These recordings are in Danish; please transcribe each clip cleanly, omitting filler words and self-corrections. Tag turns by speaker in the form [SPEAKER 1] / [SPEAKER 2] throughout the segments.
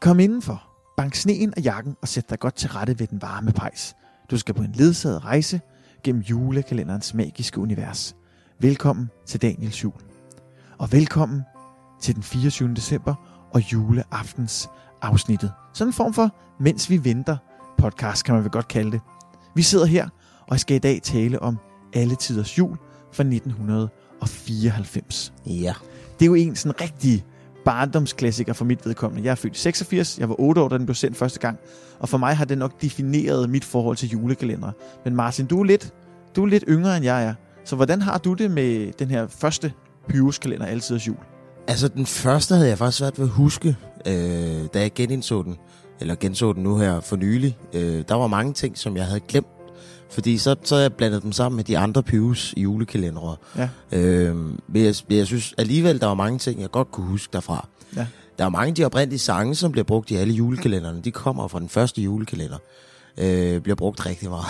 [SPEAKER 1] Kom indenfor, bank sneen og jakken og sæt dig godt til rette ved den varme pejs. Du skal på en ledsaget rejse gennem julekalenderens magiske univers. Velkommen til Daniels jul. Og velkommen til den 24. december og juleaftens afsnittet. Sådan en form for Mens vi venter podcast, kan man vel godt kalde det. Vi sidder her og skal i dag tale om Alle tiders jul fra 1994.
[SPEAKER 2] Ja.
[SPEAKER 1] Det er jo en sådan rigtig barndomsklassiker for mit vedkommende. Jeg er født i 86, jeg var 8 år, da den blev sendt første gang, og for mig har det nok defineret mit forhold til julekalendere. Men Martin, du er lidt yngre end jeg er, så hvordan har du det med den her første Pyrus-kalender Alle tiders jul?
[SPEAKER 2] Altså, den første havde jeg faktisk svært ved at huske, da jeg genså den nu her for nylig. Der var mange ting, som jeg havde glemt, fordi så havde jeg blandet dem sammen med de andre Pyrus julekalendere.
[SPEAKER 1] Ja.
[SPEAKER 2] Men jeg synes alligevel, der var mange ting, jeg godt kunne huske derfra.
[SPEAKER 1] Ja.
[SPEAKER 2] Der er mange af de oprindelige sange, som bliver brugt i alle julekalenderne. De kommer fra den første julekalender. Bliver brugt rigtig meget.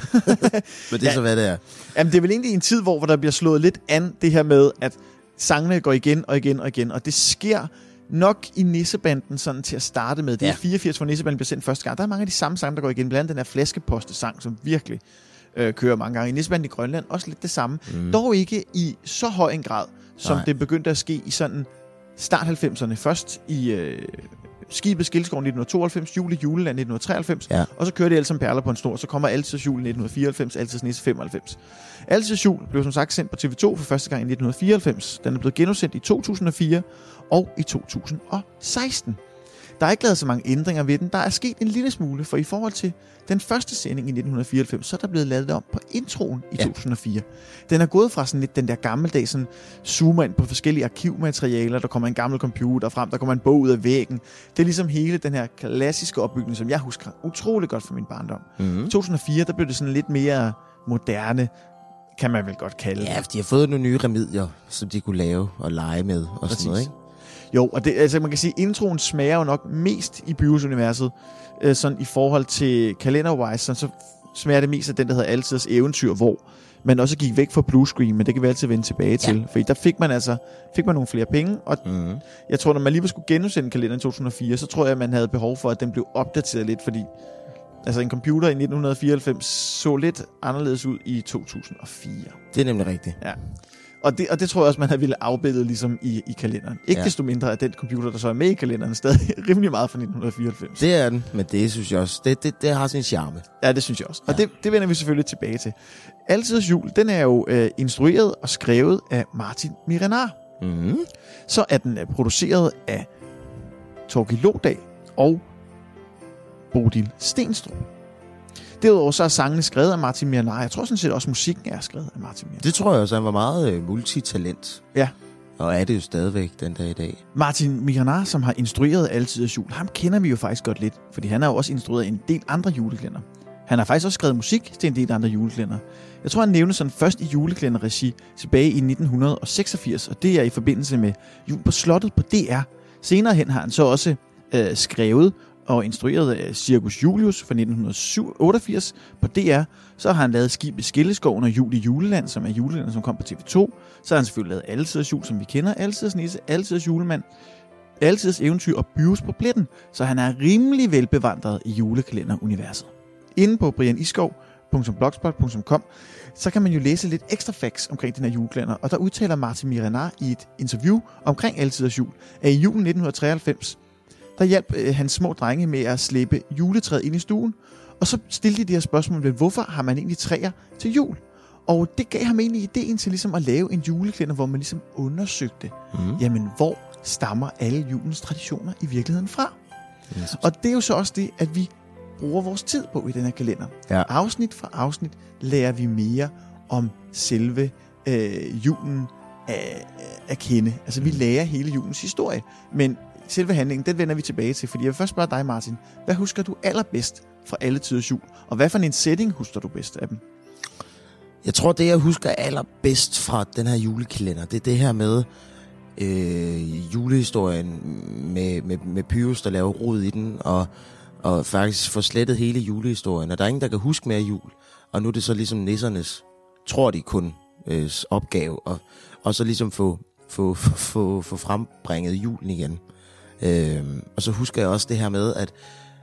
[SPEAKER 2] Men det er så, hvad det er.
[SPEAKER 1] Jamen, det er vel egentlig en tid, hvor der bliver slået lidt an det her med, at sangene går igen og igen og igen, og det sker nok i Nissebanden sådan til at starte med. Det er 84, hvor Nissebanden bliver sendt første gang. Der er mange af de samme sange, der går igen. Blandt andet den her flæskepostesang, som virkelig kører mange gange. I Nissebanden i Grønland også lidt det samme. Dog ikke i så høj en grad, som det begyndte at ske i sådan start 90'erne. Først i Skibet Skildskov 1992, Jul i Juleland 1993, og så kører de alle som perler på en snor. Så kommer Alle tiders jul i 1994, Alle tiders nisse 95. Alle tiders jul blev som sagt sendt på TV2 for første gang i 1994. Den er blevet genudsendt i 2004 og i 2016. Der er ikke lavet så mange ændringer ved den. Der er sket en lille smule, for i forhold til den første sending i 1994, så er der blevet lavet om på introen i 2004. Den er gået fra sådan lidt den der gammeldags sådan zoomer ind på forskellige arkivmaterialer, der kommer en gammel computer frem, der kommer en bog ud af væggen. Det er ligesom hele den her klassiske opbygning, som jeg husker utrolig godt fra min barndom. I 2004, der blev det sådan lidt mere moderne, kan man vel godt kalde det.
[SPEAKER 2] Ja, de har fået nogle nye remedier, som de kunne lave og lege med og sådan noget, ikke?
[SPEAKER 1] Jo, og det, altså man kan sige, introen smager jo nok mest i Pyrus-universet, sådan i forhold til kalender-wise, så smager det mest af den, der hedder Alle tiders eventyr, hvor man også gik væk fra bluescreen, men det kan vi altid vende tilbage til, for der fik man nogle flere penge, og jeg tror, når man lige skulle genudsende kalenderen i 2004, så tror jeg, man havde behov for, at den blev opdateret lidt, fordi altså en computer i 1994 så lidt anderledes ud i 2004.
[SPEAKER 2] Det er nemlig rigtigt.
[SPEAKER 1] Ja. Og det tror jeg også, man havde ville afbilde ligesom i kalenderen. Ikke desto mindre, at den computer, der så er med i kalenderen, er stadig rimelig meget fra 1994.
[SPEAKER 2] Det er den, men det synes jeg også, det har sin charme.
[SPEAKER 1] Ja, det synes jeg også. Og det vender vi selvfølgelig tilbage til. Alle tiders jul, den er jo instrueret og skrevet af Martin Miehe-Renard. Så er den produceret af Torkild Lodal og Bodil Stenstrup. Derudover så er sangene skrevet af Martin Miehe-Renard. Jeg tror sådan set også, musikken er skrevet af Martin Miehe-Renard.
[SPEAKER 2] Det tror jeg også, han var meget multitalent.
[SPEAKER 1] Ja.
[SPEAKER 2] Og er det jo stadigvæk den dag i dag.
[SPEAKER 1] Martin Miehe-Renard, som har instrueret Alle tiders jul, ham kender vi jo faktisk godt lidt, fordi han har jo også instrueret en del andre julekalender. Han har faktisk også skrevet musik til en del andre julekalender. Jeg tror, han nævnte sådan først i julekalenderregi tilbage i 1986, og det er i forbindelse med Jul på Slottet på DR. Senere hen har han så også skrevet og instrueret Cirkus Julius fra 1988 på DR. Så har han lavet Skibet Skildeskov og Jul i Juleland, som er julekalender, som kom på TV2. Så har han selvfølgelig lavet Alle tiders jul, som vi kender, Alle tiders nisse, Alle tiders julemand, Alle tiders eventyr og Pyrus på pletten. Så han er rimelig velbevandret i julekalenderuniverset. Inde på brianiskov.blogspot.com så kan man jo læse lidt ekstra facts omkring den her julekalender, og der udtaler Martin Miehe-Renard i et interview omkring Alle tiders jul, at i julen 1993, der hjalp hans små drenge med at slæbe juletræet ind i stuen, og så stillede de her spørgsmål ved, hvorfor har man egentlig træer til jul? Og det gav ham egentlig ideen til ligesom at lave en julekalender, hvor man ligesom undersøgte, jamen hvor stammer alle julens traditioner i virkeligheden fra? Yes. Og det er jo så også det, at vi bruger vores tid på i den her kalender. Ja. Afsnit for afsnit lærer vi mere om selve julen at kende. Altså vi lærer hele julens historie, men selve handlingen, den vender vi tilbage til, fordi jeg vil først spørge dig, Martin. Hvad husker du allerbedst fra Alle tiders jul? Og hvad for en setting husker du bedst af dem?
[SPEAKER 2] Jeg tror, det jeg husker allerbedst fra den her julekalender, det er det her med julehistorien med Pyrus, der laver rod i den, og faktisk får slettet hele julehistorien. Og der er ingen, der kan huske mere jul. Og nu er det så ligesom nissernes, tror de kun, opgave, og så ligesom få frembringet julen igen. Og så husker jeg også det her med, at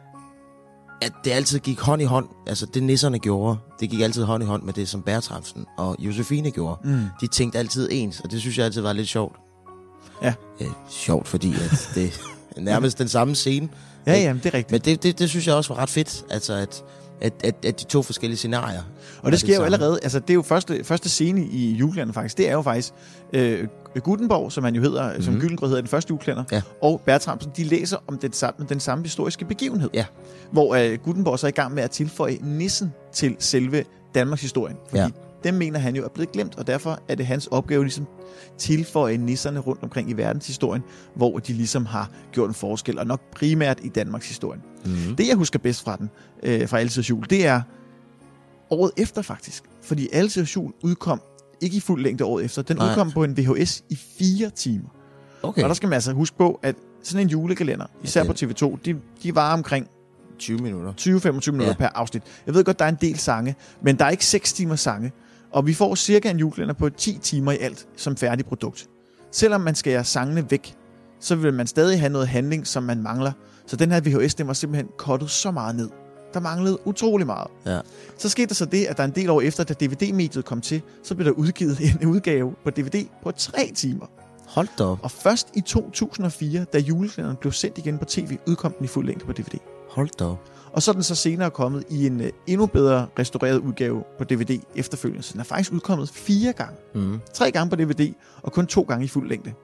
[SPEAKER 2] det altid gik hånd i hånd. Altså det nisserne gjorde, det gik altid hånd i hånd med det, som Bertramsen og Josefine gjorde. De tænkte altid ens, og det synes jeg altid var lidt sjovt.
[SPEAKER 1] Ja.
[SPEAKER 2] Sjovt, fordi at det er nærmest den samme scene.
[SPEAKER 1] Ja, jamen, det er rigtigt.
[SPEAKER 2] Men det synes jeg også var ret fedt, altså at de to forskellige scenarier.
[SPEAKER 1] Og det sker jo allerede, altså det er jo første scene i julekalenderen faktisk, det er jo faktisk Gutenborg, som han jo hedder, som Gyldengrød hedder den første julekalender, og Bertramsen, de læser om den samme historiske begivenhed. Ja. Hvor Gutenborg så er i gang med at tilføje nissen til selve Danmarks historien. Fordi dem mener han jo er blevet glemt, og derfor er det hans opgave ligesom tilføje nisserne rundt omkring i verdenshistorien, hvor de ligesom har gjort en forskel, og nok primært i Danmarks historien. Det jeg husker bedst fra den, fra Alletiders Jul, det er året efter faktisk. Fordi Alletiders Jul udkom ikke i fuld længde året efter. Den udkom på en VHS i 4 timer. Okay. Og der skal man altså huske på, at sådan en julekalender, især på TV2, de varer omkring 20-25 minutter per afsnit. Jeg ved godt, der er en del sange, men der er ikke 6 timer sange. Og vi får cirka en julekalender på 10 timer i alt som færdig produkt. Selvom man skærer sangene væk, så vil man stadig have noget handling, som man mangler. Så den her VHS, den var simpelthen cuttet så meget ned. Der manglede utrolig meget. Ja. Så skete der så det, at der en del år efter, da DVD-mediet kom til, så blev der udgivet en udgave på DVD på 3 timer.
[SPEAKER 2] Hold da op.
[SPEAKER 1] Og først i 2004, da julekalenderen blev sendt igen på tv, udkom den i fuld længde på DVD.
[SPEAKER 2] Hold da op.
[SPEAKER 1] Og så er den så senere kommet i en endnu bedre restaureret udgave på DVD efterfølgende. Så den er faktisk udkommet 4 gange. 3 gange på DVD, og kun 2 gange i fuld længde.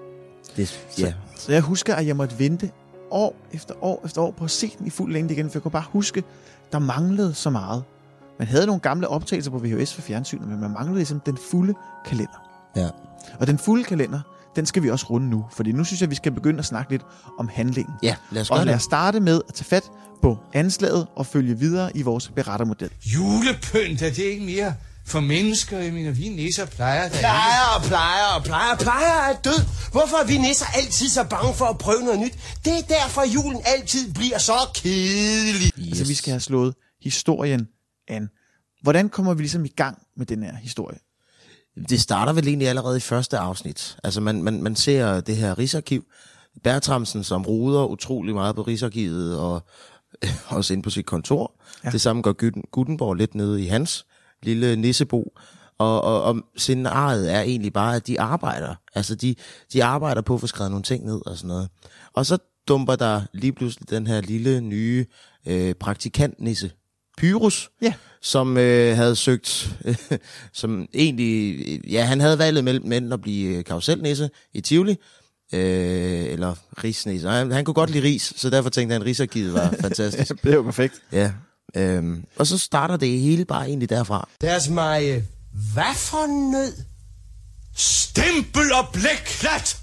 [SPEAKER 1] Så jeg husker, at jeg måtte vente år efter år på at se den i fuld længde igen, for jeg kunne bare huske, der manglede så meget. Man havde nogle gamle optagelser på VHS for fjernsynet, men man manglede ligesom den fulde kalender. Ja. Og den fulde kalender, den skal vi også runde nu, fordi nu synes jeg, vi skal begynde at snakke lidt om handlingen.
[SPEAKER 2] Ja, lad os gøre det.
[SPEAKER 1] Lad os starte med at tage fat på anslaget og følge videre i vores berettermodel.
[SPEAKER 3] Julepynt, er det ikke mere for mennesker? Jeg mener, vi nisser plejer der
[SPEAKER 4] Plejer er død. Hvorfor er vi nisser altid så bange for at prøve noget nyt? Det er derfor, julen altid bliver så kedelig.
[SPEAKER 1] Yes. Altså, vi skal have slået historien an. Hvordan kommer vi ligesom i gang med den her historie?
[SPEAKER 2] Det starter vel egentlig allerede i første afsnit. Altså, man ser det her Rigsarkiv. Bertramsen, som roder utrolig meget på Rigsarkivet og også inde på sit kontor. Ja. Det samme gør Gutenborg lidt nede i hans lille nissebo. Og scenariet er egentlig bare, at de arbejder. Altså, de arbejder på at få skrevet nogle ting ned og sådan noget. Og så dumper der lige pludselig den her lille nye praktikantnisse, Pyrus, som havde søgt, som egentlig, han havde valget mellem enten at blive karuselnisse i Tivoli, eller risnisse. Han kunne godt lide ris, så derfor tænkte han, at Rigsarkivet var fantastisk.
[SPEAKER 1] Det er jo perfekt.
[SPEAKER 2] Ja. Og så starter det hele bare egentlig derfra.
[SPEAKER 4] Deres mig, hvad for nød?
[SPEAKER 3] Stempel og blækklat!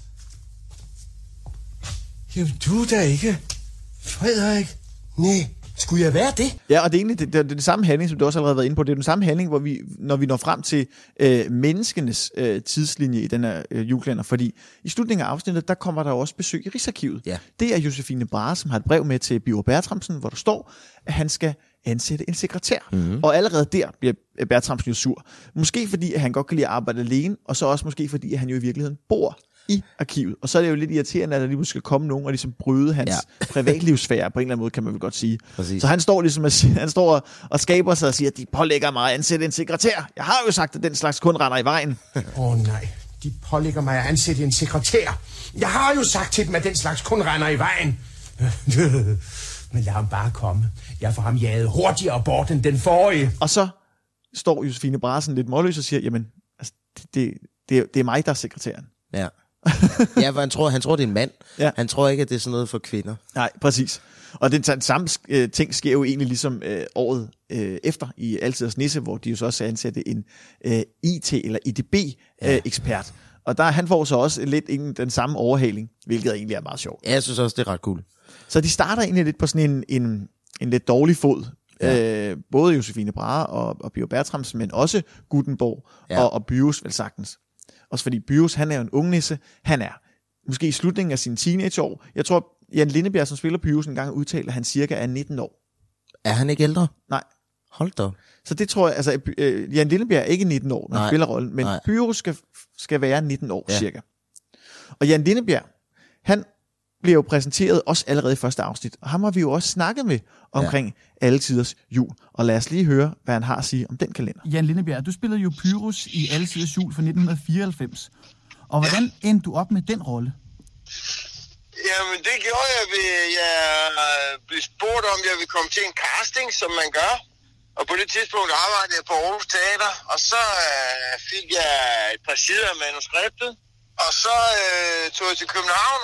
[SPEAKER 3] Jamen, du er da ikke Frederik.
[SPEAKER 4] Nej, skulle jeg være det?
[SPEAKER 1] Ja, og det er egentlig det samme handling, som du også allerede har været inde på. Det er den samme handling, hvor når vi når frem til menneskenes tidslinje i den her julekalender. Fordi i slutningen af afsnittet, der kommer der også besøg i Rigsarkivet. Ja. Det er Josefine Brahe, som har et brev med til Birger Bertramsen, hvor der står, at han skal ansætte en sekretær. Og allerede der bliver Bertramsen jo sur. Måske fordi, at han godt kan lide at arbejde alene, og så også måske fordi, at han jo i virkeligheden bor i arkivet. Og så er det jo lidt irriterende, at der lige skal komme nogen og ligesom bryde hans privatlivssfære på en eller anden måde, kan man vel godt sige. Præcis. Så han står ligesom og skaber sig og siger, at de pålægger mig at ansætte en sekretær. Jeg har jo sagt, at den slags kun render i vejen.
[SPEAKER 4] Nej, de pålægger mig at ansætte en sekretær. Jeg har jo sagt til dem, at den slags kun render i vejen. Men lad ham bare komme. Jeg får ham jaget hurtigere bort end den forrige.
[SPEAKER 1] Og så står Josefine Brahe sådan lidt målløs og siger, jamen, altså, det er mig, der er sekretæren.
[SPEAKER 2] Ja. Ja, for han tror, det er en mand. Ja. Han tror ikke, at det er sådan noget for kvinder.
[SPEAKER 1] Nej, præcis. Og den samme ting sker jo egentlig ligesom året efter i Alletiders Nisse, hvor de jo så også ansatte en IT- eller IDB-ekspert. Og han får så også lidt den samme overhaling, hvilket egentlig er meget sjovt.
[SPEAKER 2] Ja, jeg synes også, det er ret cool.
[SPEAKER 1] Så de starter egentlig lidt på sådan en lidt dårlig fod. Ja. Både Josefine Brahe og Birger Bertramsen, men også Gutenborg og Pyrus vel sagtens. Også fordi Pyrus, han er jo en ungnisse. Han er måske i slutningen af sine teenageår. Jeg tror, Jan Lindebjerg, som spiller Pyrus, en gang udtaler, at han cirka er 19 år.
[SPEAKER 2] Er han ikke ældre?
[SPEAKER 1] Nej.
[SPEAKER 2] Hold da.
[SPEAKER 1] Så det tror jeg, altså Jan Lindebjerg er ikke 19 år, når han spiller rollen, men Pyrus skal være 19 år cirka. Og Jan Lindebjerg, han bliver jo præsenteret også allerede i første afsnit, og ham har vi jo også snakket med omkring Alle Tiders Jul. Og lad os lige høre, hvad han har at sige om den kalender.
[SPEAKER 5] Jan Lindebjerg, du spillede jo Pyrus i Alle Tiders Jul fra 1994. Og hvordan endte du op med den rolle?
[SPEAKER 6] Jamen, det gjorde jeg ved, jeg blev spurgt om, jeg ville komme til en casting, som man gør. Og på det tidspunkt arbejdede jeg på Aarhus Teater, og så fik jeg et par sider af manuskriptet. Og så tog jeg til København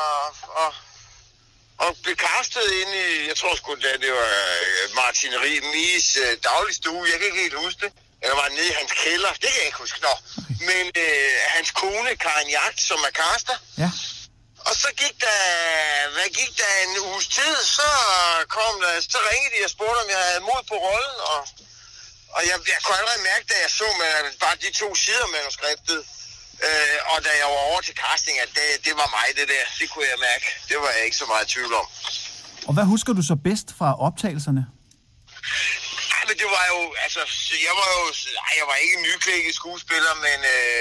[SPEAKER 6] og blev castet ind i, jeg tror sgu da, det var Martin Ries dagligstue, jeg kan ikke helt huske det. Eller var nede i hans kælder, det kan jeg ikke huske. Nå. Men hans kone, Karin Jagt, som er caster.
[SPEAKER 5] Ja.
[SPEAKER 6] Og så gik der en uges tid, så ringede de og spurgte, om jeg havde mod på rollen, og jeg kunne allerede mærke, da jeg så med bare de 2 sider af manuskriptet, og da jeg var over til casting, at det var mig, det der. Det kunne jeg mærke. Det var jeg ikke så meget i tvivl om.
[SPEAKER 5] Og hvad husker du så bedst fra optagelserne?
[SPEAKER 6] Ja, men det var jo, altså, jeg var ikke en nyklækket skuespiller, men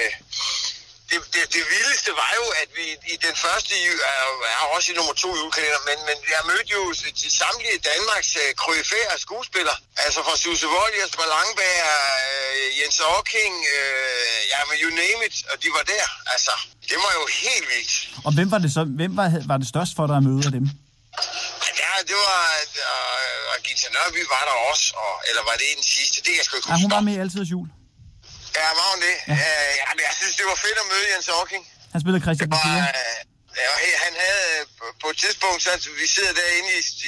[SPEAKER 6] det vildeste var jo, at vi i den første, er også i nummer 2 julekalender, men jeg mødte jo de samtlige Danmarks kryofære skuespillere. Altså fra Susse Wold, Jesper Langberg, Jens Ocking, men you name it, og de var der. Altså, det var jo helt vildt.
[SPEAKER 5] Og hvem var det størst for dig at møde af dem?
[SPEAKER 6] Ja, det var, og Gita Nørby var der også, eller var det den sidste? Det kan jeg sgu ikke huske.
[SPEAKER 5] Ja, hun var med i Alle Tiders Jul.
[SPEAKER 6] Ja, var hun det? Ja. Men jeg synes, det var fedt at møde Jens Ocking.
[SPEAKER 5] Han spillede Christian Bachere.
[SPEAKER 6] Han havde på et tidspunkt, så vi sidder derinde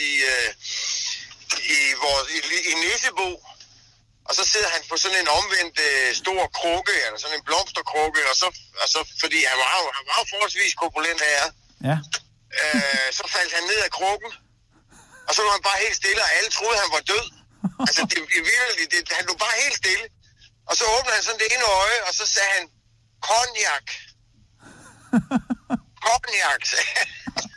[SPEAKER 6] i Nissebo, og så sidder han på sådan en omvendt stor krukke, eller sådan en blomsterkrukke, og så fordi han var jo forholdsvis korpulent her.
[SPEAKER 5] Ja.
[SPEAKER 6] Så faldt han ned af krukken, og så var han bare helt stille, og alle troede, han var død. Altså, han lå bare helt stille. Og så åbnede han sådan det ene øje, og så sagde han, cognac. Cognac, sagde han.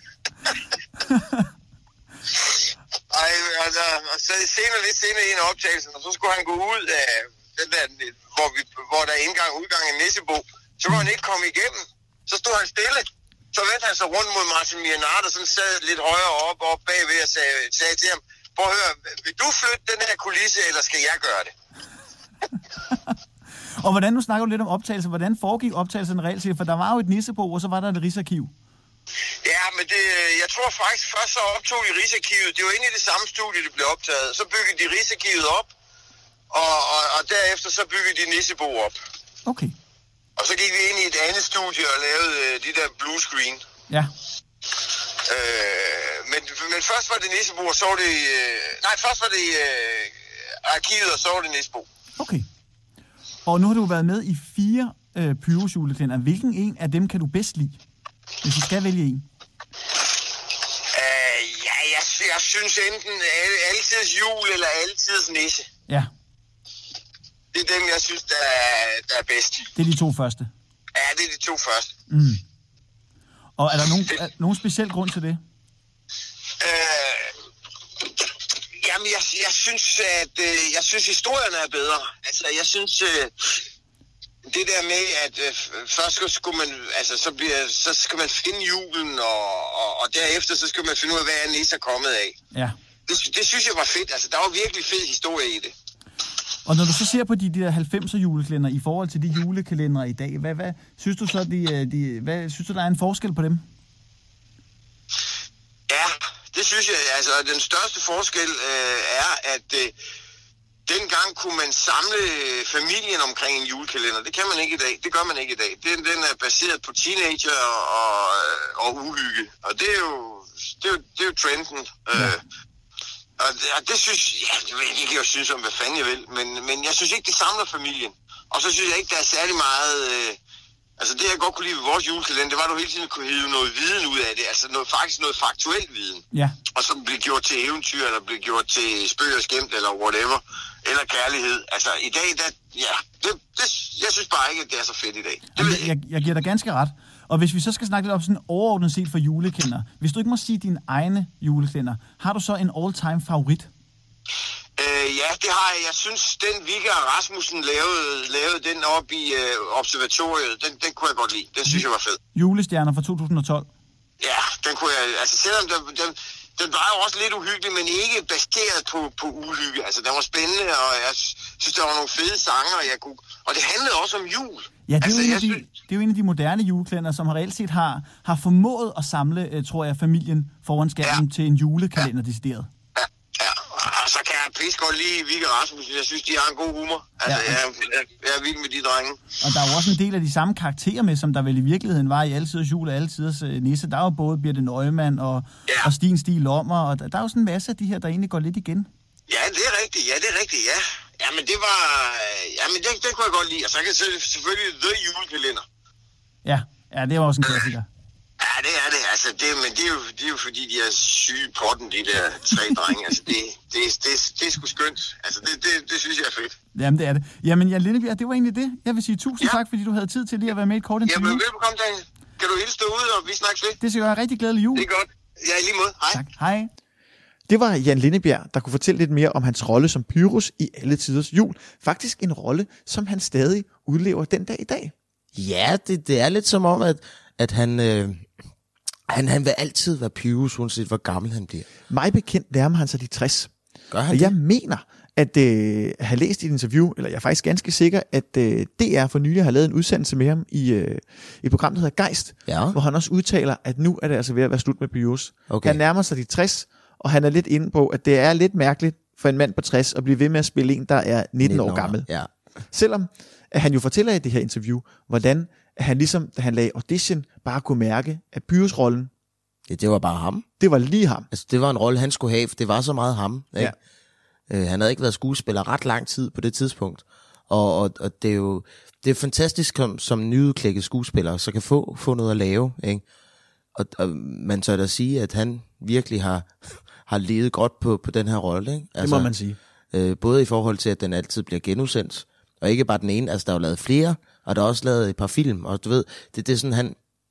[SPEAKER 6] Og så lidt senere i en optagelse, og så skulle han gå ud af den der, hvor der er indgang og udgang i Nissebo. Så kunne han ikke komme igennem. Så stod han stille. Så vendte han sig rundt mod Martin Mianard, og sådan sad lidt højere op bagved og sagde til ham, prøv at høre, vil du flytte den her kulisse, eller skal jeg gøre det?
[SPEAKER 5] Og hvordan, nu snakker du lidt om optagelser, hvordan foregik optagelserne reelt set? For der var jo et Nissebo, og så var der et Rigsarkiv.
[SPEAKER 6] Ja, men jeg tror faktisk, først så optog de Rigsarkivet. Det var inde i det samme studie, det blev optaget. Så byggede de Rigsarkivet op, og derefter så byggede de Nissebo op.
[SPEAKER 5] Okay.
[SPEAKER 6] Og så gik vi ind i et andet studie og lavede de der blue screen.
[SPEAKER 5] Ja.
[SPEAKER 6] Men først var det Nissebo, og så var det... først var det arkivet, og så var det Nissebo.
[SPEAKER 5] Okay. Og nu har du været med i 4 Pyrus julekalender. Hvilken en af dem kan du bedst lide, hvis du skal vælge en?
[SPEAKER 6] Jeg synes enten Altidets Jul eller Altidets Nisse.
[SPEAKER 5] Ja.
[SPEAKER 6] Det er dem, jeg synes, der er bedst.
[SPEAKER 5] Det er de 2 første?
[SPEAKER 6] Ja, det er de 2 første.
[SPEAKER 5] Mm. Og er der nogen speciel grund til det?
[SPEAKER 6] Jamen, jeg synes historierne er bedre. Altså, jeg synes det der med, at først skulle man, altså, så skal man finde julen, og derefter så skal man finde ud af, hvad Nisse er kommet af.
[SPEAKER 5] Ja.
[SPEAKER 6] Det synes jeg var fedt. Altså, der var virkelig fed historie i det.
[SPEAKER 5] Og når du så ser på de der 90'er julekalender i forhold til de julekalendere i dag, hvad synes du så, synes du, der er en forskel på dem?
[SPEAKER 6] Ja, det synes jeg. Altså, den største forskel er, at dengang kunne man samle familien omkring en julekalender. Det kan man ikke i dag. Det gør man ikke i dag. Den er baseret på teenager og uhygge. Og det er jo trenden. Ja. Og det synes jeg kan jo synes om, hvad fanden jeg vil, men jeg synes ikke, det samler familien. Og så synes jeg ikke, der er særlig meget... altså det, jeg godt kunne lide ved vores julekalender, det var, at du hele tiden kunne hive noget viden ud af det. Altså faktisk noget faktuel viden.
[SPEAKER 5] Ja. Og
[SPEAKER 6] som blev gjort til eventyr, eller blev gjort til spøg og skæmt, eller whatever. Eller kærlighed. Altså i dag, jeg synes bare ikke, at det er så fedt i dag.
[SPEAKER 5] Jeg giver dig ganske ret. Og hvis vi så skal snakke lidt om sådan overordnet set for julekalender, hvis du ikke må sige dine egne julekalender, har du så en all-time favorit?
[SPEAKER 6] Ja, det har jeg. Jeg synes, den Vigga Rasmussen lavede den op i observatoriet, den kunne jeg godt lide. Den synes jeg var fed.
[SPEAKER 5] Julestjerner fra 2012?
[SPEAKER 6] Ja, den kunne jeg... Altså, selvom den var jo også lidt uhyggelig, men ikke baseret på uhygge. Altså, den var spændende, og jeg synes, der var nogle fede sanger, og det handlede også om jul.
[SPEAKER 5] Ja, det er, det er jo en af de moderne julekalender, som reelt set har formået at samle, tror jeg, familien foran skærmen til en julekalender decideret.
[SPEAKER 6] Ja, og så kan jeg pisse godt lide Vigga Rasmussen. Jeg synes, de har en god humor. Altså, jeg er vild med de drenge.
[SPEAKER 5] Og der er jo også en del af de samme karakterer med, som der vel i virkeligheden var i Alle Tiders Jul og Alle Tiders Nisse. Der er jo både Birthe Neumann og Stien Stig Lommer, og der er jo sådan en masse af de her, der egentlig går lidt igen.
[SPEAKER 6] Ja, det er rigtigt, ja. Jamen, det var... Jamen, det kunne jeg godt lide. Og så kan jeg selvfølgelig The Julekalender.
[SPEAKER 5] Ja, det var også en klassiker.
[SPEAKER 6] Ja, det er det. Altså, men det er jo fordi, de er syge potten, de der 3 drenge. Altså, det er sgu skønt. Altså, det synes jeg er fedt.
[SPEAKER 5] Jamen, det er det. Jamen, Jan Lindebjerg, det var egentlig det. Jeg vil sige tusind tak, fordi du havde tid til lige at være med i et kort interview.
[SPEAKER 6] Jamen, velbekomme, Daniel. Kan du hilse derude, og vi snakkes ved?
[SPEAKER 5] Det skal jeg have rigtig glædelig jul.
[SPEAKER 6] Det er godt. Ja, i lige måde. Hej.
[SPEAKER 5] Tak. Hej.
[SPEAKER 1] Det var Jan Lindebjerg, der kunne fortælle lidt mere om hans rolle som Pyrus i Alle Tiders Jul. Faktisk en rolle, som han stadig udlever den dag i dag.
[SPEAKER 2] Ja, det er lidt som om, at han vil altid være Pyrus, uanset hvor gammel han bliver.
[SPEAKER 1] Mig bekendt nærmer han sig de 60.
[SPEAKER 2] Gør han
[SPEAKER 1] og
[SPEAKER 2] det?
[SPEAKER 1] jeg mener, at have læst i et interview, eller jeg er faktisk ganske sikker, at DR for nylig har lavet en udsendelse med ham i et program, der hedder Geist, hvor han også udtaler, at nu er det altså ved at være slut med Pyrus. Okay. Han nærmer sig de 60, og han er lidt inde på, at det er lidt mærkeligt for en mand på 60 at blive ved med at spille en, der er 19 år gammel.
[SPEAKER 2] Ja.
[SPEAKER 1] Selvom at han jo fortæller i det her interview, hvordan han ligesom, da han lagde audition, bare kunne mærke, at Pyrus-rollen,
[SPEAKER 2] ja, det var bare ham.
[SPEAKER 1] Det var lige ham.
[SPEAKER 2] Altså, det var en rolle, han skulle have, for det var så meget ham. Ikke? Ja. Han havde ikke været skuespiller ret lang tid på det tidspunkt. Og det er jo det er fantastisk, som nyudklækket skuespiller, så kan få noget at lave. Ikke? Og man tør da sige, at han virkelig har levet godt på den her rolle. Ikke? Altså,
[SPEAKER 1] det må man sige.
[SPEAKER 2] Både i forhold til, at den altid bliver genudsendt, og ikke bare den ene, altså der er jo lavet flere, og der er også lavet et par film, og du ved, det er sådan,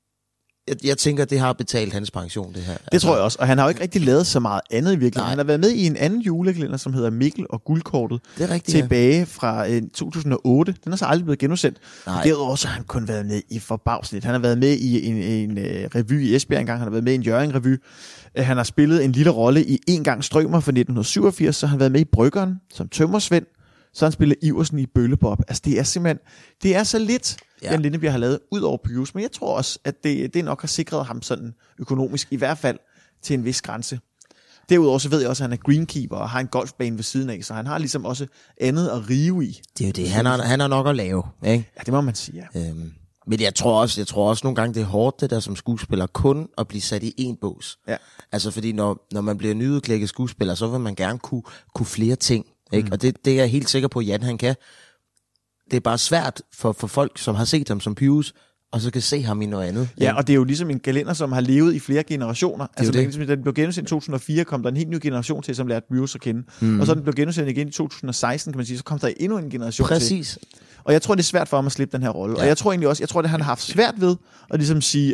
[SPEAKER 2] jeg tænker, det har betalt hans pension, det her.
[SPEAKER 1] Det tror jeg også, og han har jo ikke rigtig lavet så meget andet i virkeligheden. Han har været med i en anden julekalender, som hedder Mikkel og Guldkortet,
[SPEAKER 2] det er rigtigt,
[SPEAKER 1] tilbage fra 2008. Den er så aldrig blevet genudsendt. Derudover så har han kun været med i forbavsligt. Han har været med i en revy i Esbjerg engang, han har været med i en Hjørring-revy. Han har spillet en lille rolle i En gang strømmer fra 1987, så har han været med i Bryggeren som tømmersvend. Så han spiller Iversen i Bøllebob. Altså det er simpelthen, det er så lidt, Jan Lindebjerg har lavet ud over Pyrus, men jeg tror også, at det nok har sikret ham sådan økonomisk, i hvert fald til en vis grænse. Derudover så ved jeg også, at han er greenkeeper og har en golfbane ved siden af, så han har ligesom også andet at rive i.
[SPEAKER 2] Det er jo det, han har nok at lave, ikke?
[SPEAKER 1] Ja, det må man sige, ja.
[SPEAKER 2] Men jeg tror også nogle gange, det er hårdt, det der som skuespiller, kun at blive sat i én bås. Ja. Altså fordi når man bliver nyudklækket skuespiller, så vil man gerne kunne flere ting. Ikke? Og det er jeg helt sikker på, at Jan han kan. Det er bare svært for folk, som har set ham som Pyrus, og så kan se ham i noget andet.
[SPEAKER 1] Ja, og det er jo ligesom en kalender, som har levet i flere generationer. Altså, da den blev genudsendt i 2004, kom der en helt ny generation til, som lærte Pyrus at kende. Og så den blev genudsendt igen i 2016, kan man sige, så kom der endnu en generation til. Og jeg tror, det er svært for ham at slippe den her rolle. Ja. Og jeg tror egentlig også, at han har haft svært ved at ligesom sige,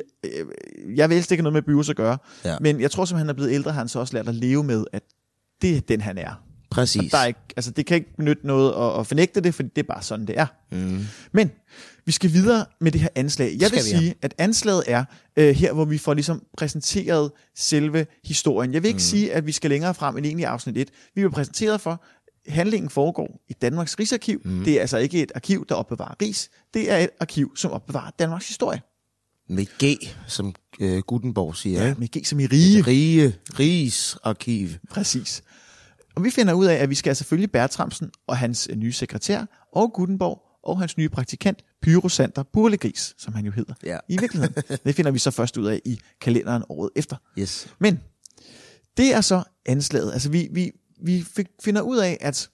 [SPEAKER 1] jeg vil helst ikke have noget med Pyrus at gøre. Ja. Men jeg tror, som han er blevet ældre, har han så også lært at leve med, at det er den, han er.
[SPEAKER 2] Præcis.
[SPEAKER 1] Der er ikke, altså det kan ikke benytte noget at fornægte det, for det er bare sådan, det er. Men vi skal videre med det her anslag. Jeg vil sige, at anslaget er her, hvor vi får ligesom præsenteret selve historien. Jeg vil ikke sige, at vi skal længere frem end egentlig afsnit 1. Vi bliver præsenteret for, handlingen foregår i Danmarks Rigsarkiv. Det er altså ikke et arkiv, der opbevarer ris. Det er et arkiv, som opbevarer Danmarks historie.
[SPEAKER 2] Med G, som Gutenborg siger.
[SPEAKER 1] Ja, med G som i rige.
[SPEAKER 2] Rigsarkiv.
[SPEAKER 1] Præcis. Og vi finder ud af, at vi skal selvfølgelig Bertramsen og hans nye sekretær, og Gutenborg og hans nye praktikant, Pyrosander Burlegris, som han jo hedder i virkeligheden. Det finder vi så først ud af i kalenderen året efter.
[SPEAKER 2] Yes.
[SPEAKER 1] Men det er så anslaget. Altså vi finder ud af, at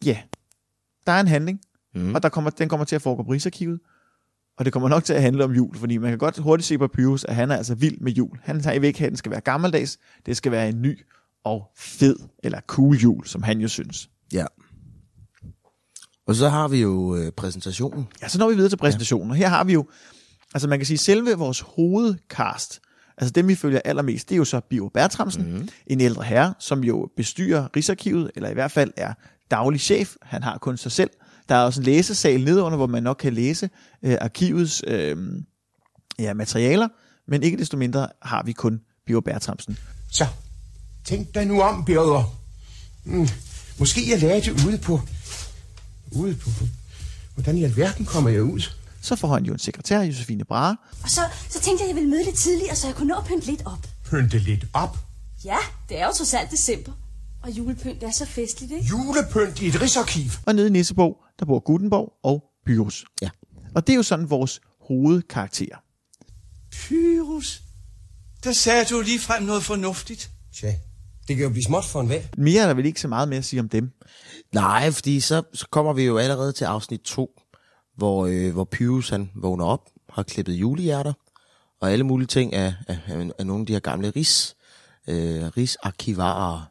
[SPEAKER 1] der er en handling, og den kommer til at foregå på Rigsarkivet, og det kommer nok til at handle om jul, fordi man kan godt hurtigt se på Pyrus, at han er altså vild med jul. Han vil ikke have, at den skal være gammeldags, det skal være en ny og fed, eller cool jul, som han jo synes.
[SPEAKER 2] Ja. Og så har vi jo præsentationen.
[SPEAKER 1] Ja, så når vi videre til præsentationen, og her har vi jo, altså man kan sige, selve vores hovedcast, altså dem vi følger allermest, det er jo så Birger Bertramsen, en ældre herre, som jo bestyrer Rigsarkivet, eller i hvert fald er daglig chef, han har kun sig selv. Der er også en læsesal nedenunder, hvor man nok kan læse arkivets materialer, Men ikke desto mindre har vi kun Birger Bertramsen.
[SPEAKER 4] Så, tænk dig nu om, Birger. Måske jeg lærer det ude på... Hvordan i alverden kommer jeg ud?
[SPEAKER 1] Så får han jo en sekretær, Josefine Brahe.
[SPEAKER 7] Og så tænkte jeg ville møde lidt tidligere, så jeg kunne nå at pynte lidt op.
[SPEAKER 4] Pynte lidt op?
[SPEAKER 7] Ja, det er jo trods alt december. Og julepynt er så festligt, ikke?
[SPEAKER 4] Julepynt i et rigsarkiv.
[SPEAKER 1] Og nede i Nissebo, der bor Gutenborg og Pyrus.
[SPEAKER 2] Ja.
[SPEAKER 1] Og det er jo sådan vores hovedkarakterer.
[SPEAKER 3] Pyrus, der sagde du ligefrem noget fornuftigt.
[SPEAKER 8] Tja, det kan jo blive småt for en væg.
[SPEAKER 1] Mere er der vel ikke så meget mere at sige om dem.
[SPEAKER 2] Nej, fordi så kommer vi jo allerede til afsnit 2, hvor Pyrus han vågner op, har klippet julehjerter, og alle mulige ting af nogle af de her gamle rigsarkivarer.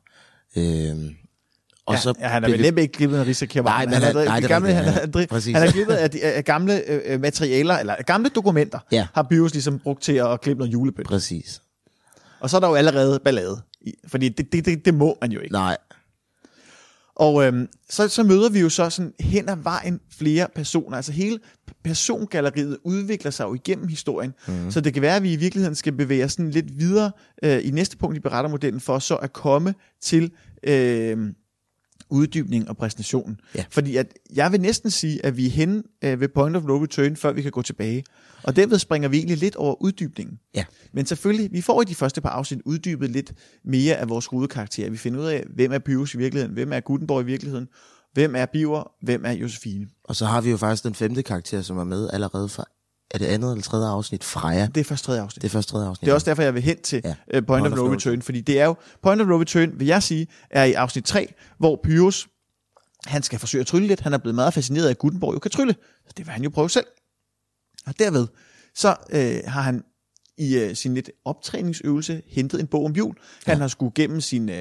[SPEAKER 2] Og så
[SPEAKER 1] han er vel næppe ikke klippet af rigsarkivarer.
[SPEAKER 2] Nej, men
[SPEAKER 1] han har klippet af gamle materialer, eller gamle dokumenter, har Pyrus ligesom brugt til at klippe noget julepynt.
[SPEAKER 2] Præcis.
[SPEAKER 1] Og så er der jo allerede ballade, fordi det må man jo ikke.
[SPEAKER 2] Nej.
[SPEAKER 1] Og så møder vi jo så sådan hen ad vejen flere personer. Altså hele persongalleriet udvikler sig jo igennem historien. Så det kan være, at vi i virkeligheden skal bevæge os sådan lidt videre i næste punkt i berettermodellen, for så at komme til uddybning og præsentationen. Ja. Fordi at jeg vil næsten sige, at vi er henne ved point of no return, før vi kan gå tilbage. Og derved springer vi egentlig lidt over uddybningen.
[SPEAKER 2] Ja.
[SPEAKER 1] Men selvfølgelig, vi får i de første par afsnit uddybet lidt mere af vores hovedkarakterer. Vi finder ud af, hvem er Pyrus i virkeligheden, hvem er Gutenborg i virkeligheden, hvem er Birger, hvem er Josefine.
[SPEAKER 2] Og så har vi jo faktisk den 5. karakter, som er med allerede fra, er det andet eller 3. afsnit, Freja?
[SPEAKER 1] Det er først 3. afsnit.
[SPEAKER 2] Det
[SPEAKER 1] er også derfor, jeg vil hen til point of no return, fordi det er jo, point of no return, vil jeg sige, er i afsnit 3, hvor Pyrus, han skal forsøge at trylle lidt. Han er blevet meget fascineret af, at Gutenborg jo kan trylle. Så det vil han jo prøve selv. Og derved, så har han i sin lidt optræningsøvelse hentet en bog om jul. Han har skulle gennem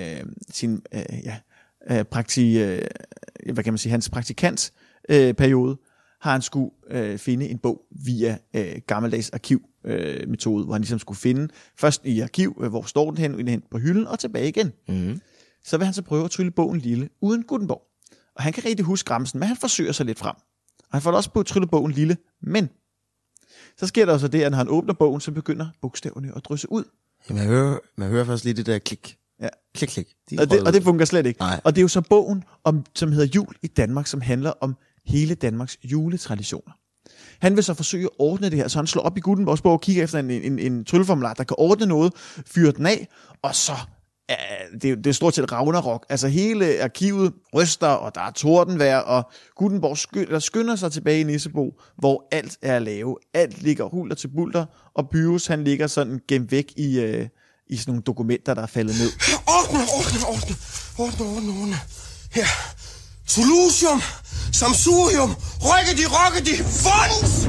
[SPEAKER 1] hans praktikantsperiode, har han skulle finde en bog via gammeldags arkivmetode, hvor han ligesom skulle finde først i arkiv, hvor står den hen på hylden, og tilbage igen. Så vil han så prøve at trylle bogen lille uden Gutenborg. Og han kan rigtig huske gramsen, men han forsøger sig lidt frem. Og han får også på at trylle bogen lille, men så sker der også det, at når han åbner bogen, så begynder bogstaverne at drysse ud.
[SPEAKER 2] Ja, man hører først lige det der klik.
[SPEAKER 1] Ja.
[SPEAKER 2] Klik.
[SPEAKER 1] Og det fungerer slet ikke.
[SPEAKER 2] Nej.
[SPEAKER 1] Og det er jo så bogen, som hedder Jul i Danmark, som handler om hele Danmarks juletraditioner. Han vil så forsøge at ordne det her, så han slår op i Gutenborgs bog og kigger efter en trylleformular, der kan ordne noget, fyre den af, og så det er stort set Ragnarok. Altså hele arkivet ryster, og der er tordenvejr, og Gutenborg skynder sig tilbage i Nissebo, hvor alt er lave. Alt ligger hulter til bulter, og Pyrus, han ligger sådan gemt væk i sådan nogle dokumenter, der er faldet ned.
[SPEAKER 4] Ordne. Her. Solusium, samsurium, rokkedi, funds!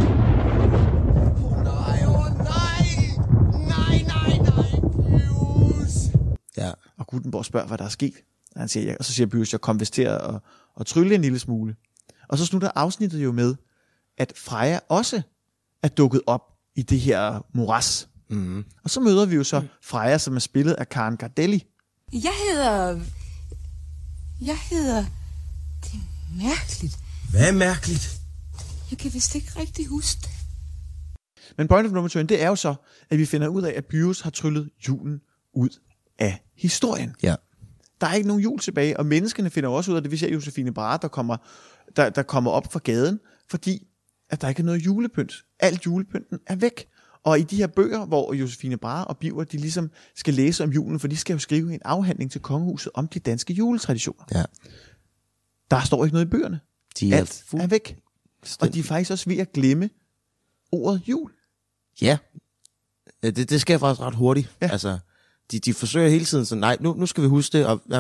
[SPEAKER 2] Ja.
[SPEAKER 1] Og Gutenborg spørger, hvad der er sket. Han siger, og så siger Pyrus, jeg kom vist til at trylle en lille smule. Og så slutter afsnittet jo med, at Freja også er dukket op i det her moras. Og så møder vi jo så Freja, som er spillet af Karen Gardelli.
[SPEAKER 7] Jeg hedder... Det er mærkeligt.
[SPEAKER 4] Hvad er mærkeligt?
[SPEAKER 7] Jeg kan vist ikke rigtig huske det.
[SPEAKER 1] Men point of no return, det er jo så, at vi finder ud af, at Pyrus har tryllet julen ud af historien.
[SPEAKER 2] Ja.
[SPEAKER 1] Der er ikke nogen jul tilbage, og menneskene finder også ud af det. Vi ser Josefine Brahe, der kommer op fra gaden, fordi at der ikke er noget julepynt. Alt julepynten er væk. Og i de her bøger, hvor Josefine Brahe og Birger, de ligesom skal læse om julen, for de skal jo skrive en afhandling til kongehuset om de danske juletraditioner.
[SPEAKER 2] Ja.
[SPEAKER 1] Der står ikke noget i bøgerne. Alt er væk. Og de er faktisk også ved at glemme ordet jul.
[SPEAKER 2] Ja. Det sker faktisk ret hurtigt. Ja. Altså, de forsøger hele tiden sådan, nej, nu skal vi huske det, og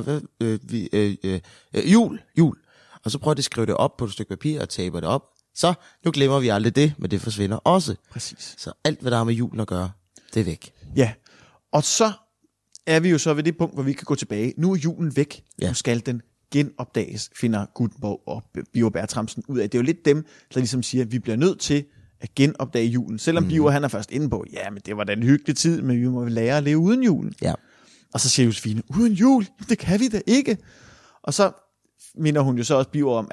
[SPEAKER 2] jul. Og så prøver de at skrive det op på et stykke papir og taber det op. Så nu glemmer vi aldrig det, men det forsvinder også.
[SPEAKER 1] Præcis.
[SPEAKER 2] Så alt, hvad der har med julen at gøre, det er væk.
[SPEAKER 1] Ja, og så er vi jo så ved det punkt, hvor vi kan gå tilbage. Nu er julen væk.
[SPEAKER 2] Ja.
[SPEAKER 1] Nu skal den genopdages, finder Gutenborg og Birger Bertramsen ud af. Det er jo lidt dem, der ligesom siger, at vi bliver nødt til at genopdage julen. Selvom Birger, han er først inde på, ja, men det var da en hyggelig tid, men vi må lære at leve uden julen.
[SPEAKER 2] Ja.
[SPEAKER 1] Og så siger Josefine, uden jul? Det kan vi da ikke. Og så minder hun jo så også Birger om, at han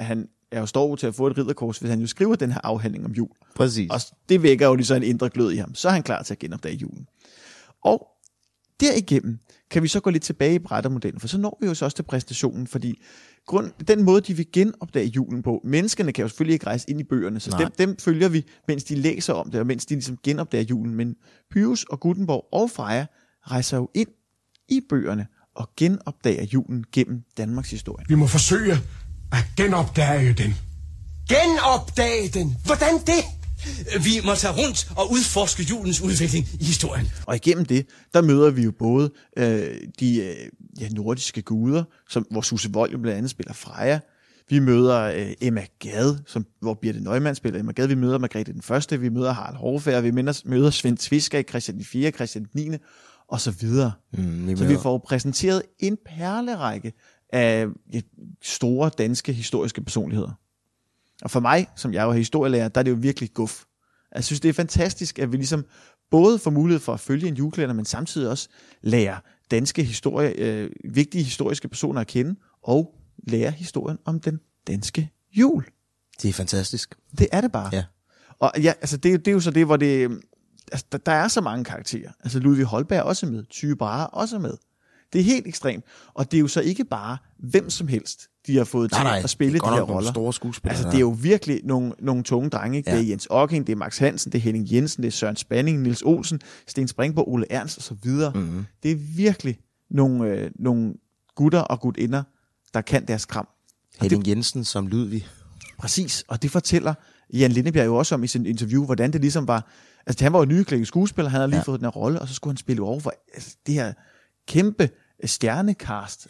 [SPEAKER 1] er jo står til at få et ridderkors, hvis han jo skriver den her afhandling om jul.
[SPEAKER 2] Præcis.
[SPEAKER 1] Og det vækker jo lige så en indre glød i ham. Så er han klar til at genopdage julen. Og derigennem kan vi så gå lidt tilbage i brættermodellen, for så når vi jo så også til præstationen, fordi den måde, de vil genopdage julen på, menneskerne kan jo selvfølgelig ikke rejse ind i bøgerne, så dem følger vi, mens de læser om det, og mens de ligesom genopdager julen. Men Pyrus og Gutenborg og Freja rejser jo ind i bøgerne og genopdager julen gennem Danmarks historie.
[SPEAKER 4] Vi må forsøge at genopdage den. Genopdage den? Hvordan det?
[SPEAKER 3] Vi må tage rundt og udforske julens udvikling i historien.
[SPEAKER 1] Og igennem det, der møder vi jo både de nordiske guder, hvor Susse Wold jo blandt andet spiller Freja. Vi møder Emma Gad, hvor Birthe Neumann spiller Emma Gad. Vi møder Margrethe den Første, vi møder Harald Hårfagre, vi møder Svend Tveskæg, Christian 4., Christian 9. og så videre. Så vi får præsenteret en perlerække af store danske historiske personligheder. Og for mig, som jeg jo er historielærer, der er det jo virkelig guf. Jeg synes, det er fantastisk, at vi ligesom både får mulighed for at følge en julekalender, men samtidig også lære danske vigtige historiske personer at kende, og lære historien om den danske jul.
[SPEAKER 2] Det er fantastisk.
[SPEAKER 1] Det er det bare.
[SPEAKER 2] Ja.
[SPEAKER 1] Og ja, altså det er jo så det, hvor det... Altså, der er så mange karakterer. Altså Ludvig Holberg er også med, Tyge Brahe er også med. Det er helt ekstremt. Og det er jo så ikke bare hvem som helst, de har fået til at spille de her roller.
[SPEAKER 2] Store skuespillere.
[SPEAKER 1] Altså det er jo virkelig nogle tunge drenge. Ja. Det er Jens Ocking, det er Max Hansen, det er Henning Jensen, det er Søren Spanning, Niels Olsen, Sten Springborg, Ole Ernst og så videre. Mm-hmm. Det er virkelig nogle gutter og gutinder, der kan deres kram.
[SPEAKER 2] Henning Jensen som Ludvig.
[SPEAKER 1] Præcis, og det fortæller Jan Lindebjerg jo også om i sin interview, hvordan det ligesom var. Altså han var jo nyklækket skuespiller, han havde lige fået den her rolle, og så skulle han spille over for det her kæmpe stjernekast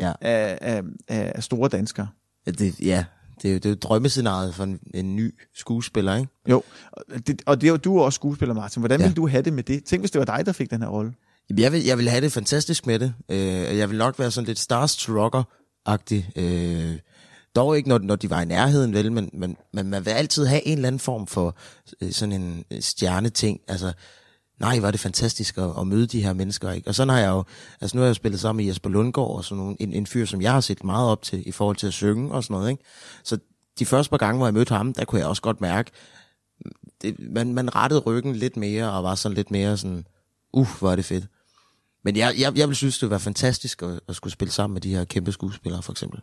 [SPEAKER 1] af store danskere.
[SPEAKER 2] Det er jo drømmescenariet for en ny skuespiller, ikke?
[SPEAKER 1] Jo, og det er jo du er også skuespiller, Martin. Hvordan ville du have det med det? Tænk, hvis det var dig, der fik den her rolle.
[SPEAKER 2] Jeg vil have det fantastisk med det. Jeg vil nok være sådan lidt starstrucker-agtig. Dog ikke, når de var i nærheden, vel, men man vil altid have en eller anden form for sådan en stjerneting. Altså, nej, var det fantastisk at møde de her mennesker, ikke? Og sådan har jeg jo, altså nu har jeg jo spillet sammen med Jesper Lundgaard, og sådan en fyr, som jeg har set meget op til, i forhold til at synge og sådan noget, ikke? Så de første par gange, hvor jeg mødte ham, der kunne jeg også godt mærke, man rettede ryggen lidt mere, og var sådan lidt mere sådan, hvor er det fedt. Men jeg vil synes, det ville være fantastisk at skulle spille sammen med de her kæmpe skuespillere, for eksempel.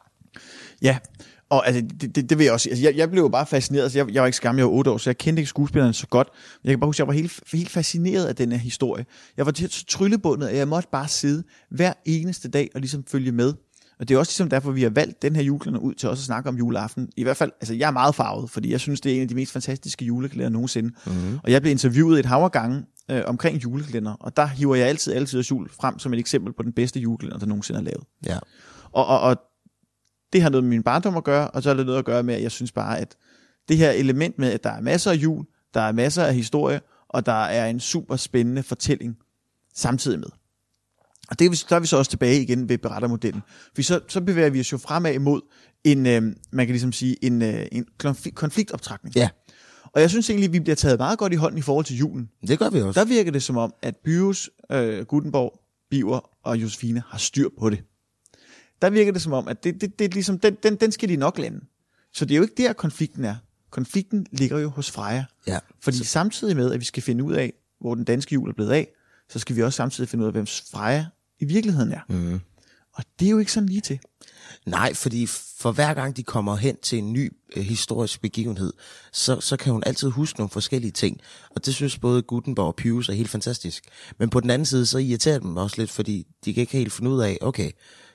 [SPEAKER 1] Ja, og altså, det vil jeg også sige. Altså, jeg blev jo bare fascineret. Altså, jeg var ikke så gammel, jeg var 8 år, så jeg kendte ikke skuespillerne så godt. Jeg kan bare huske, jeg var helt fascineret af den her historie. Jeg var så tryllebundet, at jeg måtte bare sidde hver eneste dag og ligesom følge med. Og det er også ligesom derfor, vi har valgt den her julekalender ud til også at snakke om juleaften. I hvert fald, altså jeg er meget farvet, fordi jeg synes, det er en af de mest fantastiske julekalender nogensinde. Mm-hmm. Og jeg blev interviewet et hav af gange omkring julekalender, og der hiver jeg altid jul frem som et eksempel på den bedste julekalender, der nogensinde er lavet.
[SPEAKER 2] Ja.
[SPEAKER 1] Og det har noget med min barndom at gøre, og så er det noget at gøre med, at jeg synes bare, at det her element med, at der er masser af jul, der er masser af historie, og der er en super spændende fortælling samtidig med. Og der er vi så også tilbage igen ved berettermodellen. For så bevæger vi os jo fremad imod en, man kan ligesom sige, en konfliktoptrækning.
[SPEAKER 2] Ja.
[SPEAKER 1] Og jeg synes egentlig, at vi bliver taget meget godt i hånden i forhold til julen.
[SPEAKER 2] Det gør vi også.
[SPEAKER 1] Der virker det som om, at Pyrus, Gutenborg, Biver og Josefine har styr på det. Der virker det som om, at det er ligesom, den skal de nok lande. Så det er jo ikke der, konflikten er. Konflikten ligger jo hos Freja.
[SPEAKER 2] Ja.
[SPEAKER 1] Fordi samtidig med, at vi skal finde ud af, hvor den danske jul er blevet af, så skal vi også samtidig finde ud af, hvem Freja i virkeligheden er. Mm. Og det er jo ikke sådan lige til.
[SPEAKER 2] Nej, fordi for hver gang de kommer hen til en ny historisk begivenhed, så kan hun altid huske nogle forskellige ting. Og det synes både Gutenborg og Pyrus er helt fantastisk. Men på den anden side, så irriterer dem også lidt, fordi de kan ikke helt finde ud af, okay,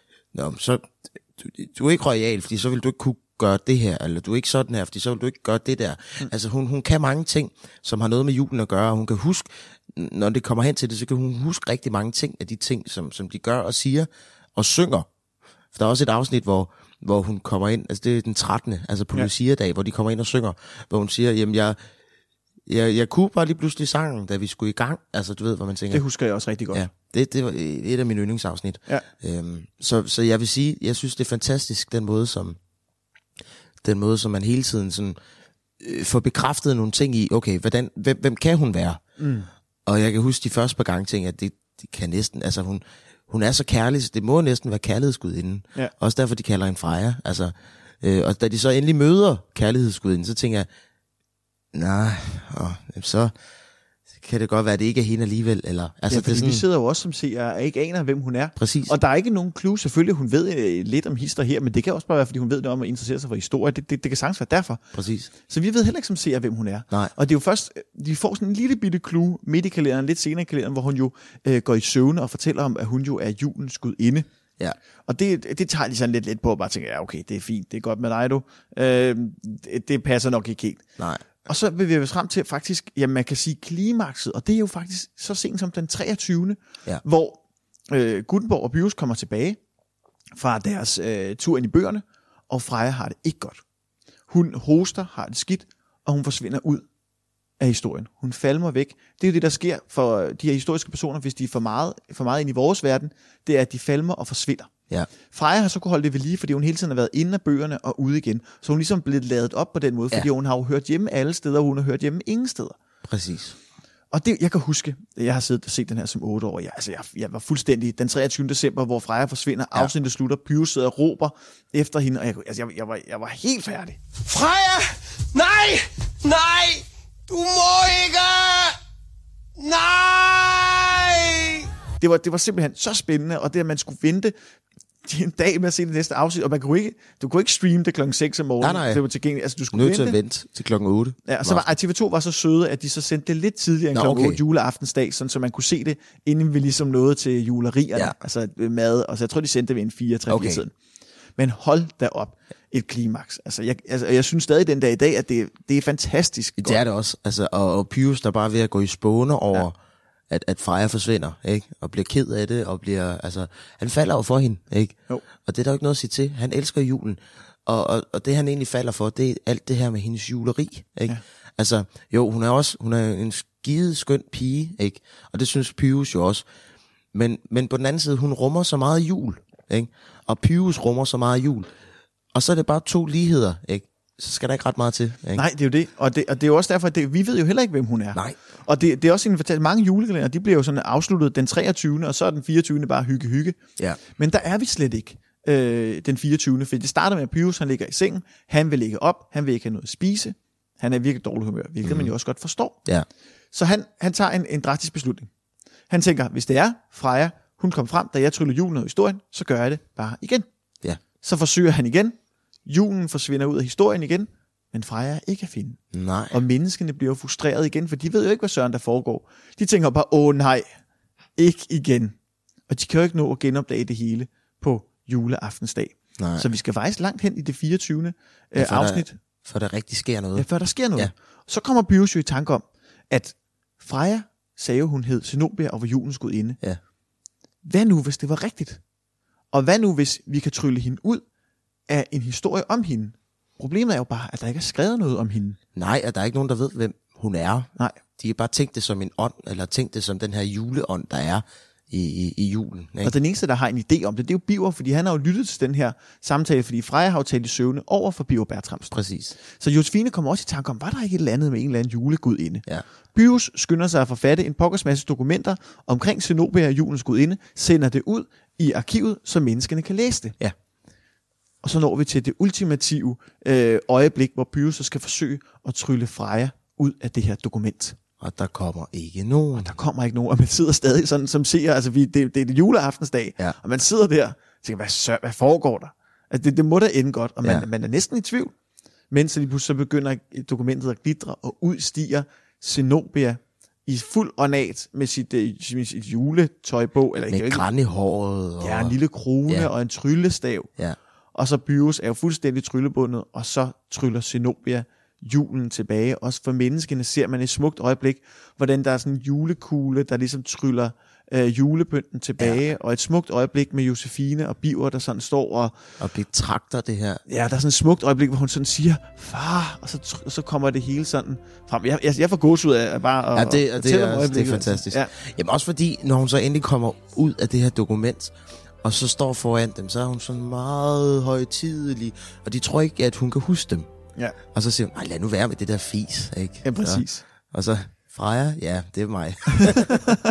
[SPEAKER 2] så du er ikke royal, fordi så vil du ikke kunne gøre det her, eller du er ikke sådan her, fordi så vil du ikke gøre det der. Altså hun kan mange ting, som har noget med julen at gøre, og hun kan huske, når det kommer hen til det, så kan hun huske rigtig mange ting af de ting, som de gør og siger og synger. For der er også et afsnit, hvor hun kommer ind, altså det er den 13., altså på Lucia-dag, hvor de kommer ind og synger, hvor hun siger, jamen jeg kunne bare lige pludselig sangen, da vi skulle i gang. Altså du ved, hvad man tænker.
[SPEAKER 1] Det husker jeg også rigtig godt.
[SPEAKER 2] Ja, det var et af mine yndlingsafsnit. Ja. Så jeg vil sige, jeg synes det er fantastisk, den måde som man hele tiden sådan, får bekræftet nogle ting i, okay, hvem kan hun være? Mm. Og jeg kan huske de første par gange ting, at det kan næsten, altså hun er så kærlig, det må næsten være kærlighedsgudinden. Ja. Også derfor de kalder hende Freja. Altså Og da de så endelig møder kærlighedsgudinden, så tænker jeg, nej, så kan det godt være, at det ikke er hende alligevel. Eller, altså,
[SPEAKER 1] fordi vi sidder jo også som seere og ikke aner, hvem hun er.
[SPEAKER 2] Præcis.
[SPEAKER 1] Og der er ikke nogen clue. Selvfølgelig, hun ved lidt om hister her, men det kan også bare være, fordi hun ved noget om at interessere sig for historie. Det kan sagtens være derfor.
[SPEAKER 2] Præcis.
[SPEAKER 1] Så vi ved heller ikke som seere, hvem hun er.
[SPEAKER 2] Nej.
[SPEAKER 1] Og det er jo først, de får sådan en lille bitte clue midt i kalenderen, lidt senere i kalenderen, hvor hun jo går i søvne og fortæller om, at hun jo er julens gudinde.
[SPEAKER 2] Ja.
[SPEAKER 1] Og det tager de sådan lidt på, og bare tænker, ja okay, det er fint, det er godt med dig, du. Det passer nok ikke helt.
[SPEAKER 2] Nej.
[SPEAKER 1] Og så vil vi frem til faktisk, ja, man kan sige klimakset, og det er jo faktisk så sent som den 23. Hvor Gutenborg og Pyrus kommer tilbage fra deres tur ind i bøgerne, og Freja har det ikke godt. Hun hoster, har det skidt, og hun forsvinder ud af historien. Hun falmer væk. Det er jo det, der sker for de her historiske personer, hvis de er for meget ind i vores verden, det er, at de falmer og forsvinder.
[SPEAKER 2] Ja.
[SPEAKER 1] Freja har så kunne holde det ved lige, fordi hun hele tiden har været inde af bøgerne og ude igen. Så hun er ligesom blevet ladet op på den måde, fordi hun har jo hørt hjemme alle steder, og hun har hørt hjemme ingen steder.
[SPEAKER 2] Præcis.
[SPEAKER 1] Og det, jeg kan huske, jeg har siddet og set den her som 8 år. Jeg var fuldstændig den 23. december, hvor Freja forsvinder, afsnittet slutter, Pyrus sidder og råber efter hende, og jeg var helt færdig.
[SPEAKER 4] Freja! Nej! Du må ikke! Nej!
[SPEAKER 1] Det var simpelthen så spændende, og det at man skulle vente en dag med at se det næste afsnit, og du kunne ikke streame det klokken 6 om morgenen.
[SPEAKER 2] Nej.
[SPEAKER 1] Det var tilgængeligt. Altså, du skulle
[SPEAKER 2] nødt til at vente til klokken 8.
[SPEAKER 1] Ja, og så var TV2 var så søde, at de så sendte det lidt tidligere end klokken 8 juleaftensdag, sådan, så man kunne se det, inden vi ligesom nåede til julerierne, altså mad, og så jeg tror, de sendte det ved en 4-3 tiden. Men hold da op, et klimaks. Altså, jeg synes stadig den dag i dag, at det er fantastisk godt.
[SPEAKER 2] Det er det også. Altså, og Pyrus, der bare er ved at gå i spåne over, at Freja forsvinder, ikke? Og bliver ked af det, og bliver, altså, han falder jo for hende, ikke? Jo. Og det er der jo ikke noget at sige til. Han elsker julen. Og det han egentlig falder for, det er alt det her med hendes juleri, ikke? Ja. Altså, jo, hun er en skide skøn pige, ikke? Og det synes Pyrus jo også. Men på den anden side, hun rummer så meget jul, ikke? Og Pyrus rummer så meget jul. Og så er det bare 2 ligheder, ikke? Så skal der ikke ret meget til, ikke?
[SPEAKER 1] Nej, det er jo det. Og det er jo også derfor, at vi ved jo heller ikke, hvem hun er.
[SPEAKER 2] Nej.
[SPEAKER 1] Og det er også en fortælling. Mange julekalender, de bliver jo sådan afsluttet den 23. og så er den 24. bare hygge. Ja. Men der er vi slet ikke den 24. For det starter med, at Pyrus, han ligger i sengen. Han vil ligge op. Han vil ikke have noget at spise. Han er virkelig dårlig humør, hvilket man jo også godt forstår. Ja. Så han tager en drastisk beslutning. Han tænker, hvis det er Freja, hun kom frem, da jeg tryller julen ud af historien, så gør jeg det bare igen. Ja. Så forsøger han igen. Julen forsvinder ud af historien igen, men Freja er ikke at finde.
[SPEAKER 2] Nej.
[SPEAKER 1] Og menneskene bliver frustreret igen, for de ved jo ikke, hvad søren der foregår. De tænker bare, nej, ikke igen. Og de kan jo ikke nå at genopdage det hele på juleaftensdag. Nej. Så vi skal faktisk langt hen i det 24. afsnit.
[SPEAKER 2] For der rigtig sker noget.
[SPEAKER 1] Ja, før der sker noget. Ja. Så kommer Pyrus jo i tanke om, at Freja sagde, hun hed Zenobia og var julens gudinde. Ja. Hvad nu, hvis det var rigtigt? Og hvad nu, hvis vi kan trylle hende ud af en historie om hende? Problemet er jo bare, at der ikke er skrevet noget om hende.
[SPEAKER 2] Nej, at der er ikke nogen, der ved, hvem hun er.
[SPEAKER 1] Nej.
[SPEAKER 2] De har bare tænkt det som en ånd, eller tænkt det som den her juleånd, der er i julen. Ikke?
[SPEAKER 1] Og den eneste, der har en idé om det, det er jo Birger, fordi han har jo lyttet til den her samtale, fordi Freja har jo talt i søvne over for Birger Bertramsen.
[SPEAKER 2] Præcis.
[SPEAKER 1] Så Josefine kommer også i tanke om, var der ikke et eller andet med en eller anden julegudinde?
[SPEAKER 2] Ja.
[SPEAKER 1] Pyrus skynder sig at forfatte en pokkers masse dokumenter omkring Zenobia og julens gudinde, sender det ud i arkivet, så menneskene kan læse det.
[SPEAKER 2] Ja.
[SPEAKER 1] Og så når vi til det ultimative øjeblik, hvor Pyrus så skal forsøge at trylle Freja ud af det her dokument.
[SPEAKER 2] Og der kommer ikke nogen.
[SPEAKER 1] Og man sidder stadig sådan, som ser, altså det er juleaftensdag, og man sidder der og tænker, hvad foregår der? Altså det må da ende godt, og man er næsten i tvivl. Men så lige pludselig begynder dokumentet at glitre, og udstiger Zenobia i fuld ornat med sit juletøj på. Eller
[SPEAKER 2] med græn i håret.
[SPEAKER 1] Ja, en lille krone og en tryllestav.
[SPEAKER 2] Ja.
[SPEAKER 1] Og så Pyrus er jo fuldstændig tryllebundet, og så tryller Zenobia julen tilbage. Også for menneskene ser man et smukt øjeblik, hvordan der er sådan en julekugle, der ligesom tryller julepynten tilbage, og et smukt øjeblik med Josefine og Birger, der sådan står
[SPEAKER 2] og betragter det her.
[SPEAKER 1] Ja, der er sådan et smukt øjeblik, hvor hun sådan siger, far, og så kommer det hele sådan frem. Jeg får gåsehud af bare at
[SPEAKER 2] det er fantastisk. Ja. Jamen også fordi, når hun så endelig kommer ud af det her dokument, og så står foran dem, så er hun sådan meget højtidelig, og de tror ikke, at hun kan huske dem.
[SPEAKER 1] Ja.
[SPEAKER 2] Og så siger hun, nej, lad nu være med det der fis, ikke?
[SPEAKER 1] Ja, præcis.
[SPEAKER 2] Og så, Freja, ja, det er mig.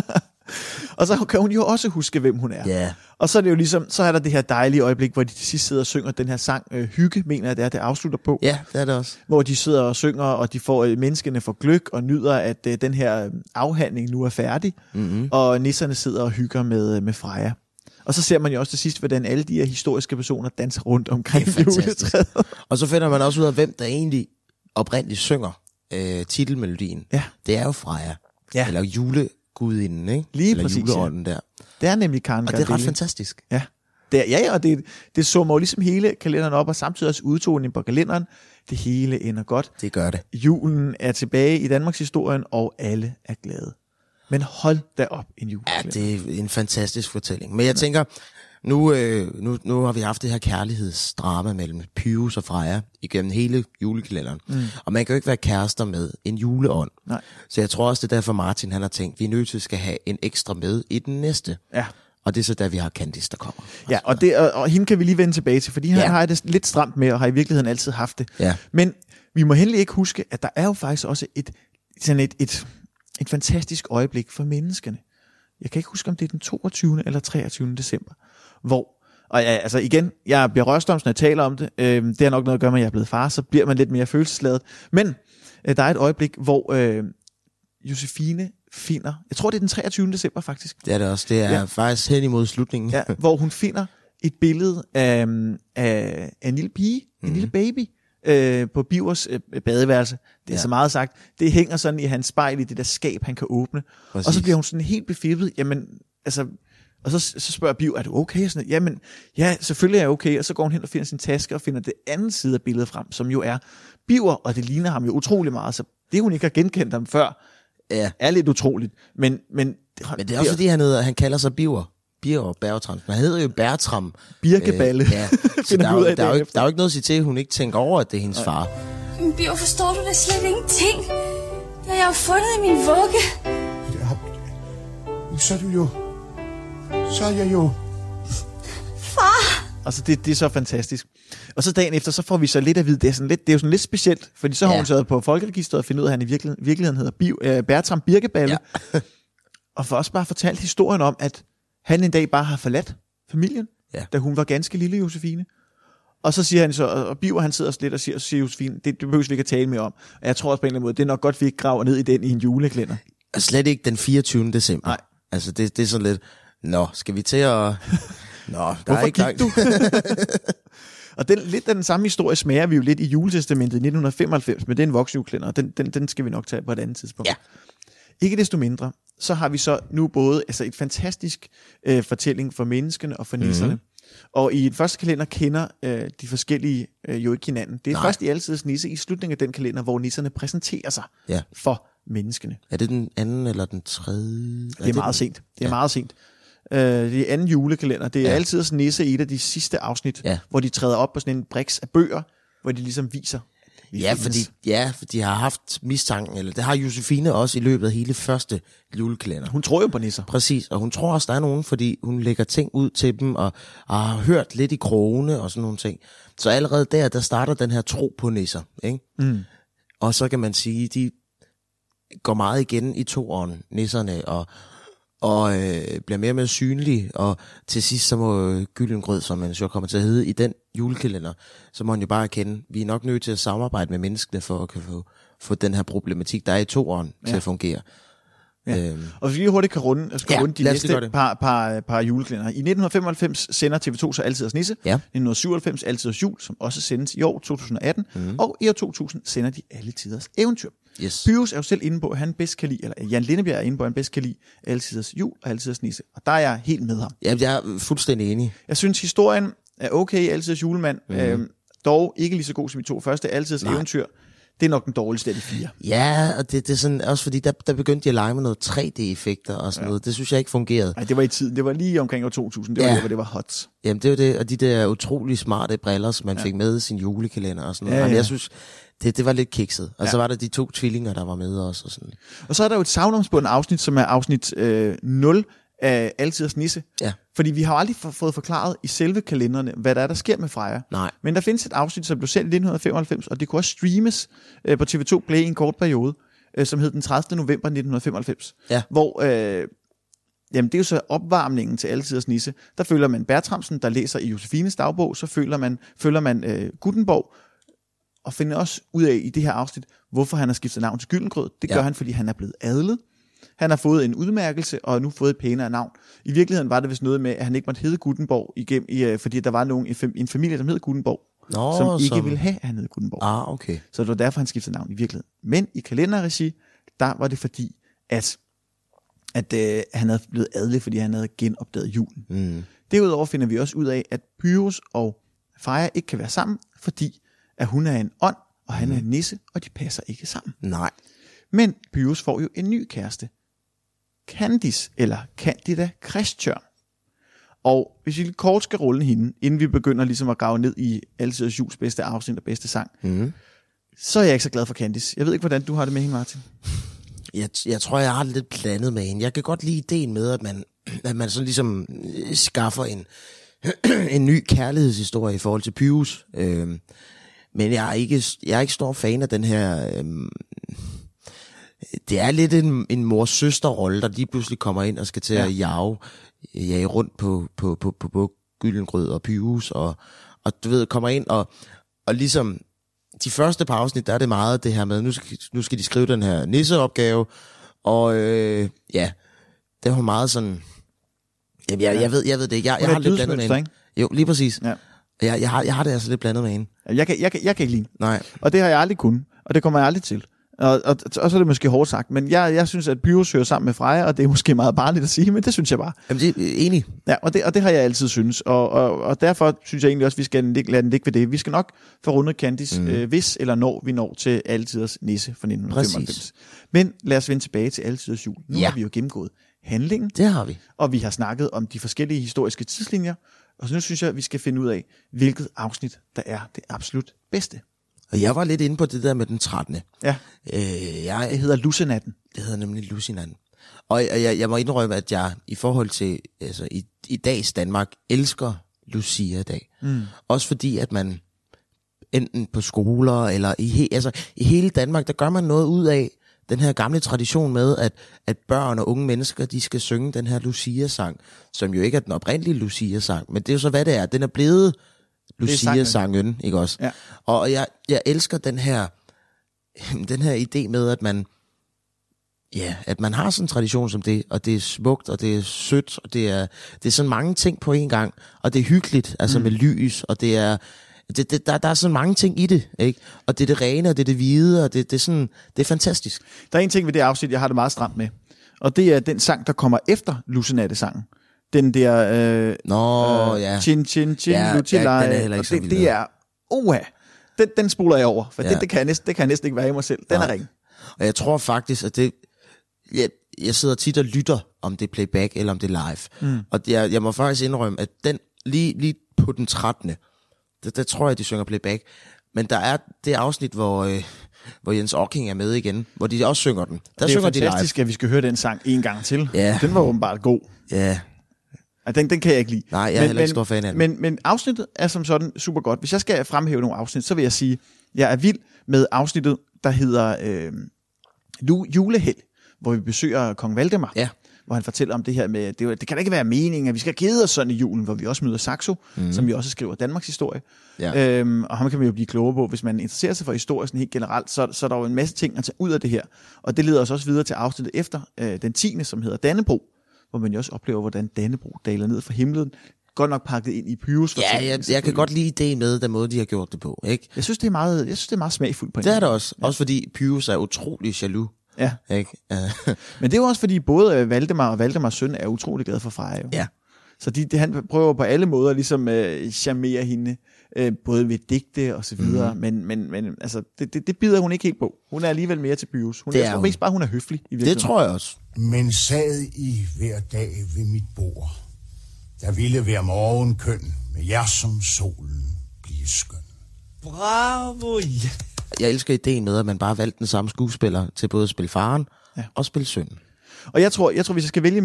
[SPEAKER 1] Og så kan hun jo også huske, hvem hun er.
[SPEAKER 2] Ja.
[SPEAKER 1] Og så er det jo ligesom, så er der det her dejlige øjeblik, hvor de til sidst sidder og synger den her sang, Hygge, mener jeg det afslutter på.
[SPEAKER 2] Ja, det er det også.
[SPEAKER 1] Hvor de sidder og synger, og de får menneskene får gløk og nyder, at den her afhandling nu er færdig. Mm-hmm. Og nisserne sidder og hygger med Freja. Og så ser man jo også til sidst, hvordan alle de her historiske personer danser rundt omkring juletræet.
[SPEAKER 2] Og så finder man også ud af, hvem der egentlig oprindeligt synger titelmelodien. Ja. Det er jo Freja. Ja. Eller julegudinden, ikke?
[SPEAKER 1] Lige
[SPEAKER 2] eller
[SPEAKER 1] præcis,
[SPEAKER 2] juleånden der.
[SPEAKER 1] Det er nemlig Karen
[SPEAKER 2] Gardelle. Og det er ret fantastisk.
[SPEAKER 1] Ja. Og det summer jo ligesom hele kalenderen op, og samtidig også udtoningen på kalenderen. Det hele ender godt.
[SPEAKER 2] Det gør det.
[SPEAKER 1] Julen er tilbage i Danmarks historien, og alle er glade. Men hold da op en julekalender.
[SPEAKER 2] Ja, det er en fantastisk fortælling. Men jeg tænker, nu har vi haft det her kærlighedsdrama mellem Pyrus og Freja igennem hele julekalenderen. Mm. Og man kan jo ikke være kærester med en juleånd. Nej. Så jeg tror også, det er derfor Martin han har tænkt, vi er nødt til at have en ekstra med i den næste. Ja. Og det er så der, vi har Candice, der kommer.
[SPEAKER 1] Ja, og hende kan vi lige vende tilbage til, fordi han har det lidt stramt med, og har i virkeligheden altid haft det. Ja. Men vi må heller ikke huske, at der er jo faktisk også et fantastisk øjeblik for menneskene. Jeg kan ikke huske, om det er den 22. eller 23. december, hvor, og altså igen, jeg bliver rørstom, når jeg taler om det. Det har nok noget at gøre med, at jeg er blevet far, så bliver man lidt mere følelsesladet. Men der er et øjeblik, hvor Josefine finder, jeg tror det er den 23. december faktisk.
[SPEAKER 2] Det er det også, det er faktisk hen imod slutningen.
[SPEAKER 1] Ja, hvor hun finder et billede af en lille pige, en lille baby, på Bivers badeværelse. Det er så meget sagt. Det hænger sådan i hans spejl i det der skab, han kan åbne. Præcis. Og så bliver hun sådan helt befippet. Jamen, altså, og så spørger Biver, er du okay? Sådan, jamen, ja, selvfølgelig er jeg okay. Og så går hun hen og finder sin taske og finder det andet side af billedet frem, som jo er Biver, og det ligner ham jo utrolig meget. Så det, hun ikke har genkendt ham før, er lidt utroligt. Men
[SPEAKER 2] det er også fordi, han kalder sig Biver. Biver Bertram. Man hedder jo Bertram.
[SPEAKER 1] Birkeballe.
[SPEAKER 2] Ja. Så der er jo ikke noget at sige til, at hun ikke tænker over, at det er hendes far.
[SPEAKER 7] Men Biver, forstår du da slet ingenting? Det har jeg jo fundet i min vugge.
[SPEAKER 4] Så er jeg jo...
[SPEAKER 7] Far!
[SPEAKER 1] Altså, det er så fantastisk. Og så dagen efter, så får vi så lidt at vide, det er jo sådan lidt specielt, fordi så har hun taget på folkeregisteret og fundet ud af, at han i virkeligheden hedder Bertram Birkeballe. Ja. Og for os bare fortalt historien om, at han en dag bare har forladt familien, da hun var ganske lille, Josefine. Og så siger han så, og Biver han sidder lidt og siger Josefine, det behøver vi ikke at tale mere om. Og jeg tror også på en eller anden måde, det er nok godt, vi ikke graver ned i den i en julekalender.
[SPEAKER 2] Slet ikke den 24. december. Nej. Altså det er sådan lidt, skal vi til at... der
[SPEAKER 1] hvorfor
[SPEAKER 2] er ikke
[SPEAKER 1] gik du? Og lidt af den samme historie smager vi jo lidt i Juletestamentet i 1995, men det er en voksjulekalender, og den skal vi nok tage på et andet tidspunkt. Ja. Ikke desto mindre, så har vi så nu både et fantastisk fortælling for menneskene og for nisserne. Mm-hmm. Og i den første kalender kender de forskellige jo ikke hinanden. Det er først i Altidets Nisse i slutningen af den kalender, hvor nisserne præsenterer sig for menneskene.
[SPEAKER 2] Er det den anden eller den tredje?
[SPEAKER 1] Det er meget sent. Det er meget sent. Det er anden julekalender. Det er Altidets Nisse i et af de sidste afsnit, hvor de træder op på sådan en briks af bøger, hvor de ligesom viser.
[SPEAKER 2] For de har haft mistanken, eller det har Josefine også i løbet af hele første julekalender.
[SPEAKER 1] Hun tror jo på nisser.
[SPEAKER 2] Præcis, og hun tror også, der er nogen, fordi hun lægger ting ud til dem, og har hørt lidt i krogene og sådan nogle ting. Så allerede der starter den her tro på nisser, ikke? Mm. Og så kan man sige, de går meget igen i toeren, nisserne, og bliver mere og mere synlige, og til sidst så må Gyllengrød, som man så kommer til at hedde i den julekalender, så må man jo bare erkende, vi er nok nødt til at samarbejde med menneskene for at kan få den her problematik, der er i toeren, til at fungere.
[SPEAKER 1] Ja. Og hvis vi hurtigt kan runde de næste par julekalender. I 1995 sender TV2 så Altidets Nisse, 1997 Altidets Jul, som også sendes i år 2018, og i år 2000 sender de Alle Tiders Eventyr. Yes. Pyrus er jo selv inde på, at han bedst kan lide, eller Jan Lindebjerg er inde på, at han bedst kan lide Altidets Jul og Altidets Nisse. Og der er jeg helt med ham.
[SPEAKER 2] Ja, jeg er fuldstændig enig.
[SPEAKER 1] Jeg synes, historien er okay, Altidets Julemand, dog ikke lige så god som de to første. Altidets Eventyr, det er nok den dårligste af de fire.
[SPEAKER 2] Ja, og det er sådan, også fordi der begyndte de at lege med noget 3D-effekter og sådan noget. Det synes jeg ikke fungerede.
[SPEAKER 1] Nej, det var i tiden. Det var lige omkring år 2000. Det var der, hvor det var hot.
[SPEAKER 2] Jamen, det var det. Og de der utrolig smarte briller, som man fik med i sin julekalender og sådan noget. Jamen, jeg synes, det var lidt kikset. Og så var der de 2 tvillinger, der var med også. Og sådan.
[SPEAKER 1] Og så er der jo et savnomsbundet afsnit, som er afsnit 0 af Altiders Nisse. Ja. Fordi vi har jo aldrig fået forklaret i selve kalenderne, hvad der sker med Freja. Nej. Men der findes et afsnit, som blev sendt i 1995, og det kunne også streames på TV2 Play i en kort periode, som hed den 30. november 1995. Ja. Hvor jamen det er jo så opvarmningen til Alletiders Nisse. Der følger man Bertramsen, der læser i Josefines dagbog, så følger man Gutenborg, og finder også ud af i det her afsnit, hvorfor han har skiftet navn til Gyldengrød. Det gør han, fordi han er blevet adlet. Han har fået en udmærkelse, og nu fået et pænere navn. I virkeligheden var det vist noget med, at han ikke måtte hedde Gutenborg, fordi der var en familie, som hed Gutenborg, som ikke ville have, at han hed Gutenborg.
[SPEAKER 2] Okay.
[SPEAKER 1] Så det var derfor, han skiftede navn i virkeligheden. Men i kalenderregi, der var det fordi, at han havde blevet adlet, fordi han havde genopdaget julen.
[SPEAKER 2] Mm.
[SPEAKER 1] Derudover finder vi også ud af, at Pyrus og Freja ikke kan være sammen, fordi at hun er en ånd, og han er en nisse, og de passer ikke sammen.
[SPEAKER 2] Nej.
[SPEAKER 1] Men Pyrus får jo en ny kæreste. Candice, eller Candida Christian. Og hvis vi kort skal rulle hende, inden vi begynder ligesom at grave ned i Alletiders Jules bedste afsnit og bedste sang, så er jeg ikke så glad for Candice. Jeg ved ikke, hvordan du har det med hende, Martin.
[SPEAKER 2] Jeg tror, jeg har det lidt blandet med hende. Jeg kan godt lide ideen med, at man sådan ligesom skaffer en ny kærlighedshistorie i forhold til Pyrus. Men jeg er ikke stor fan af den her... det er lidt en mor-søster-rolle, der lige pludselig kommer ind og skal til at jage rundt på Gyldengrød og Pyrus, og du ved, kommer ind og ligesom... De første par afsnit, der er det meget det her med, nu skal de skrive den her nisseopgave, og det var meget sådan... Jamen, jeg ved det ikke. Jeg har lidt blandet med hende. Ikke? Jo, lige præcis. Ja. Jeg har det altså lidt blandet med hende.
[SPEAKER 1] Jeg kan ikke lide.
[SPEAKER 2] Nej. Og
[SPEAKER 1] det har jeg aldrig kunnet, og det kommer jeg aldrig til. Og så er det måske hårdt sagt, men jeg synes, at Pyrus hører sammen med Freja, og det er måske meget barnligt at sige, men det synes jeg bare.
[SPEAKER 2] Jamen, det er enig.
[SPEAKER 1] Ja, og det har jeg altid synes, og derfor synes jeg egentlig også, at vi skal lade den ligge ved det. Vi skal nok få rundet Candice, hvis eller når vi når til Alletiders Nisse fra 1995. Præcis. Men lad os vende tilbage til Alletiders Jul. Nu har vi jo gennemgået handlingen.
[SPEAKER 2] Det har vi.
[SPEAKER 1] Og vi har snakket om de forskellige historiske tidslinjer, og så nu synes jeg, at vi skal finde ud af, hvilket afsnit, der er det absolut bedste.
[SPEAKER 2] Og jeg var lidt inde på det der med den 13.
[SPEAKER 1] Ja. Jeg hedder Lucenatten.
[SPEAKER 2] Det hedder nemlig Lucenatten. Og jeg må indrømme, at jeg i forhold til altså i dags Danmark elsker Lucia-dag. Også fordi, at man enten på skoler eller i hele Danmark, der gør man noget ud af den her gamle tradition med, at børn og unge mennesker, de skal synge den her Lucia-sang, som jo ikke er den oprindelige Lucia-sang, men det er jo så, hvad det er. Den er blevet Lucia-sangen, ikke også? Ja. Og jeg elsker den her idé med, at man har sådan en tradition som det, og det er smukt, og det er sødt, og det er sådan mange ting på en gang, og det er hyggeligt, altså med lys, og det er der er sådan mange ting i det, ikke? Og det er det rene, og det er det hvide, og det er fantastisk.
[SPEAKER 1] Der er en ting ved det afsnit, jeg har det meget stramt med, og det er den sang, der kommer efter Lucenatte-sangen. Den der chin chin chin lutilej, det er den spoler jeg over, for det kan jeg næsten ikke være i mig selv. Den er ring.
[SPEAKER 2] Og jeg tror faktisk, at jeg sidder tit og lytter, om det er playback eller om det er live. Og jeg må faktisk indrømme, at den lige på den 13. Der tror jeg, de synger playback. Men der er det afsnit, hvor Jens Ocking er med igen, hvor de også synger den. Der
[SPEAKER 1] det er
[SPEAKER 2] synger
[SPEAKER 1] fantastisk,
[SPEAKER 2] de live.
[SPEAKER 1] At vi skal høre den sang en gang til.
[SPEAKER 2] Ja.
[SPEAKER 1] Den var åbenbart god.
[SPEAKER 2] Ja.
[SPEAKER 1] Den kan jeg ikke lide.
[SPEAKER 2] Nej, jeg er heller ikke stor fan af den.
[SPEAKER 1] Men afsnittet er som sådan super godt. Hvis jeg skal fremhæve nogle afsnit, så vil jeg sige, jeg er vild med afsnittet, der hedder Juleheld, hvor vi besøger kong Valdemar.
[SPEAKER 2] Ja.
[SPEAKER 1] Hvor han fortæller om det her med, det kan da ikke være meningen, at vi skal kede os sådan i julen, hvor vi også møder Saxo, som vi også skriver Danmarks historie. Ja. Og ham kan man jo blive klogere på, hvis man interesserer sig for historie sådan helt generelt, så er der jo en masse ting at tage ud af det her. Og det leder os også videre til afsnittet efter den 10., som hedder Dannebrog, hvor man jo også oplever, hvordan Dannebrog daler ned fra himlen, godt nok pakket ind i Pyrus.
[SPEAKER 2] Ja, jeg kan godt lide det med den måde, de har gjort det på, ikke?
[SPEAKER 1] Jeg synes, det er meget smagfuldt på en.
[SPEAKER 2] Det er det også. Ja. Også fordi Pyrus er utrolig jaloux.
[SPEAKER 1] Ja.
[SPEAKER 2] Ikke?
[SPEAKER 1] Men det er jo også fordi både Valdemar og Valdemars søn er utrolig glade for Freja. Jo.
[SPEAKER 2] Ja.
[SPEAKER 1] Så han prøver på alle måder ligesom charmere hende, både ved digte og så videre, men altså det bider hun ikke helt på. Hun er alligevel mere til Pyrus. Hun er høflig i virkeligheden.
[SPEAKER 2] Det tror jeg også.
[SPEAKER 9] Men sad I hver dag ved mit bord, der ville være morgenkøn med jer som solen blive skøn.
[SPEAKER 3] Bravo! Ja.
[SPEAKER 2] Jeg elsker ideen med, at man bare valgte den samme skuespiller til både at spille faren og spille sønnen.
[SPEAKER 1] Og jeg tror, hvis jeg skal vælge mit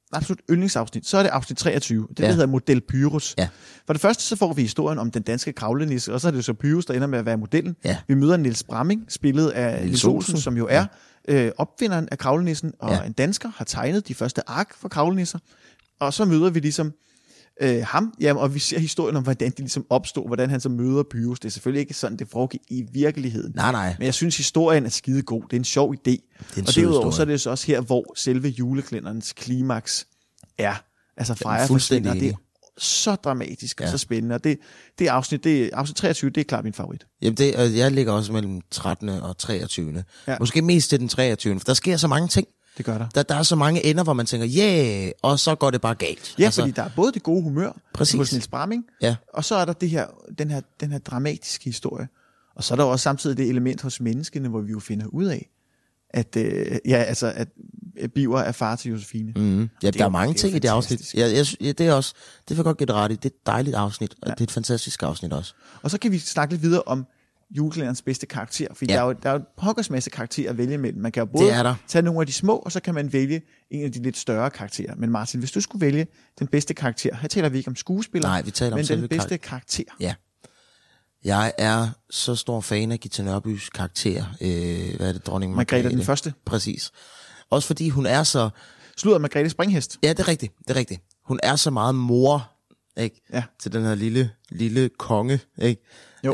[SPEAKER 1] absolut yndlingsafsnit, så er det afsnit 23. Det hedder Model Pyrus.
[SPEAKER 2] Ja.
[SPEAKER 1] For det første, så får vi historien om den danske kravlenisse, og så er det jo så Pyrus, der ender med at være modellen.
[SPEAKER 2] Ja.
[SPEAKER 1] Vi møder Niels Bramming, spillet af Niels Olsen, som jo er opfinderen af kravlenissen, og en dansker har tegnet de første ark for kravlenisser. Og så møder vi ligesom ham, og vi ser historien om, hvordan det ligesom opstod, hvordan han så møder Pyrus. Det er selvfølgelig ikke sådan, det foregik i virkeligheden.
[SPEAKER 2] Nej.
[SPEAKER 1] Men jeg synes, historien er skide god. Det er en sjov idé. Og derudover så er det så også her, hvor selve juleklæderens klimaks er. Altså Freja forsvinder. Det er så dramatisk og så spændende. Og det afsnit 23, det er klart min favorit.
[SPEAKER 2] Jamen jeg ligger også mellem 13. og 23.
[SPEAKER 1] Ja.
[SPEAKER 2] Måske mest til den 23. For der sker så mange ting.
[SPEAKER 1] Det gør der.
[SPEAKER 2] Der er så mange ender, hvor man tænker, og så går det bare galt.
[SPEAKER 1] Ja, fordi der er både det gode humør hos Niels Bramming, og så er der den her dramatiske historie. Og så er der også samtidig det element hos menneskene, hvor vi jo finder ud af, at Biver er far til Josefine.
[SPEAKER 2] Mm-hmm. Ja, der er mange ting i det afsnit. Det er også, det vil jeg godt give ret i. Det er et dejligt afsnit, og det er et fantastisk afsnit også.
[SPEAKER 1] Og så kan vi snakke lidt videre om julekalenderens bedste karakter, for der er jo en pokkers masse karakterer at vælge imellem. Man kan jo både tage nogle af de små, og så kan man vælge en af de lidt større karakterer. Men Martin, hvis du skulle vælge den bedste karakter, her taler vi ikke om skuespiller,
[SPEAKER 2] nej, vi taler om
[SPEAKER 1] men den bedste karakter.
[SPEAKER 2] Ja. Jeg er så stor fan af Gita Nørbys karakter. Hvad er det? Dronning
[SPEAKER 1] Margrethe den første.
[SPEAKER 2] Præcis. Også fordi hun er så...
[SPEAKER 1] Slutter Margrethe Springhest.
[SPEAKER 2] Ja, det er rigtigt. Hun er så meget mor, ikke? Ja. Til den her lille konge, ikke?
[SPEAKER 1] Jo.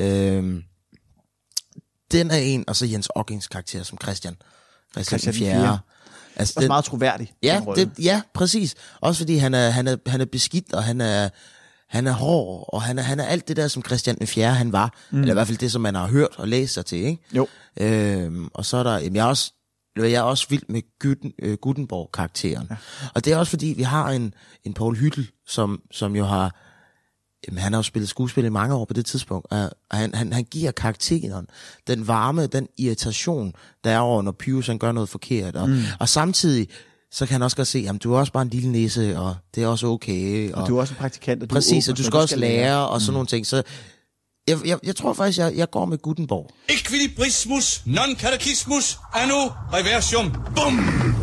[SPEAKER 2] Den er en, og så Jens Ockings karakter som Christian 4.
[SPEAKER 1] Altså også meget troværdig.
[SPEAKER 2] Ja, præcis. Også fordi han er beskidt, og han er hård, og han er alt det der, som Christian 4. han var. Eller i hvert fald det, som man har hørt og læst sig til, ikke?
[SPEAKER 1] Jo.
[SPEAKER 2] Og så er der... Jeg er også vild med Gutenborg-karakteren. Ja. Og det er også fordi, vi har en Poul Hyttel, som jo har... han har jo spillet skuespil i mange år på det tidspunkt, og han giver karakteren den varme, den irritation, der er over, når Pyrus han gør noget forkert. Og samtidig, så kan han også godt se, at du er også bare en lille næse, og det er også okay.
[SPEAKER 1] Og du er også en praktikant, og du
[SPEAKER 2] præcis, og du skal også lære, og sådan nogle ting. Så jeg tror faktisk, jeg går med Gutenborg.
[SPEAKER 3] Equilibrismus, non-katekismus, anno reversium. Bum!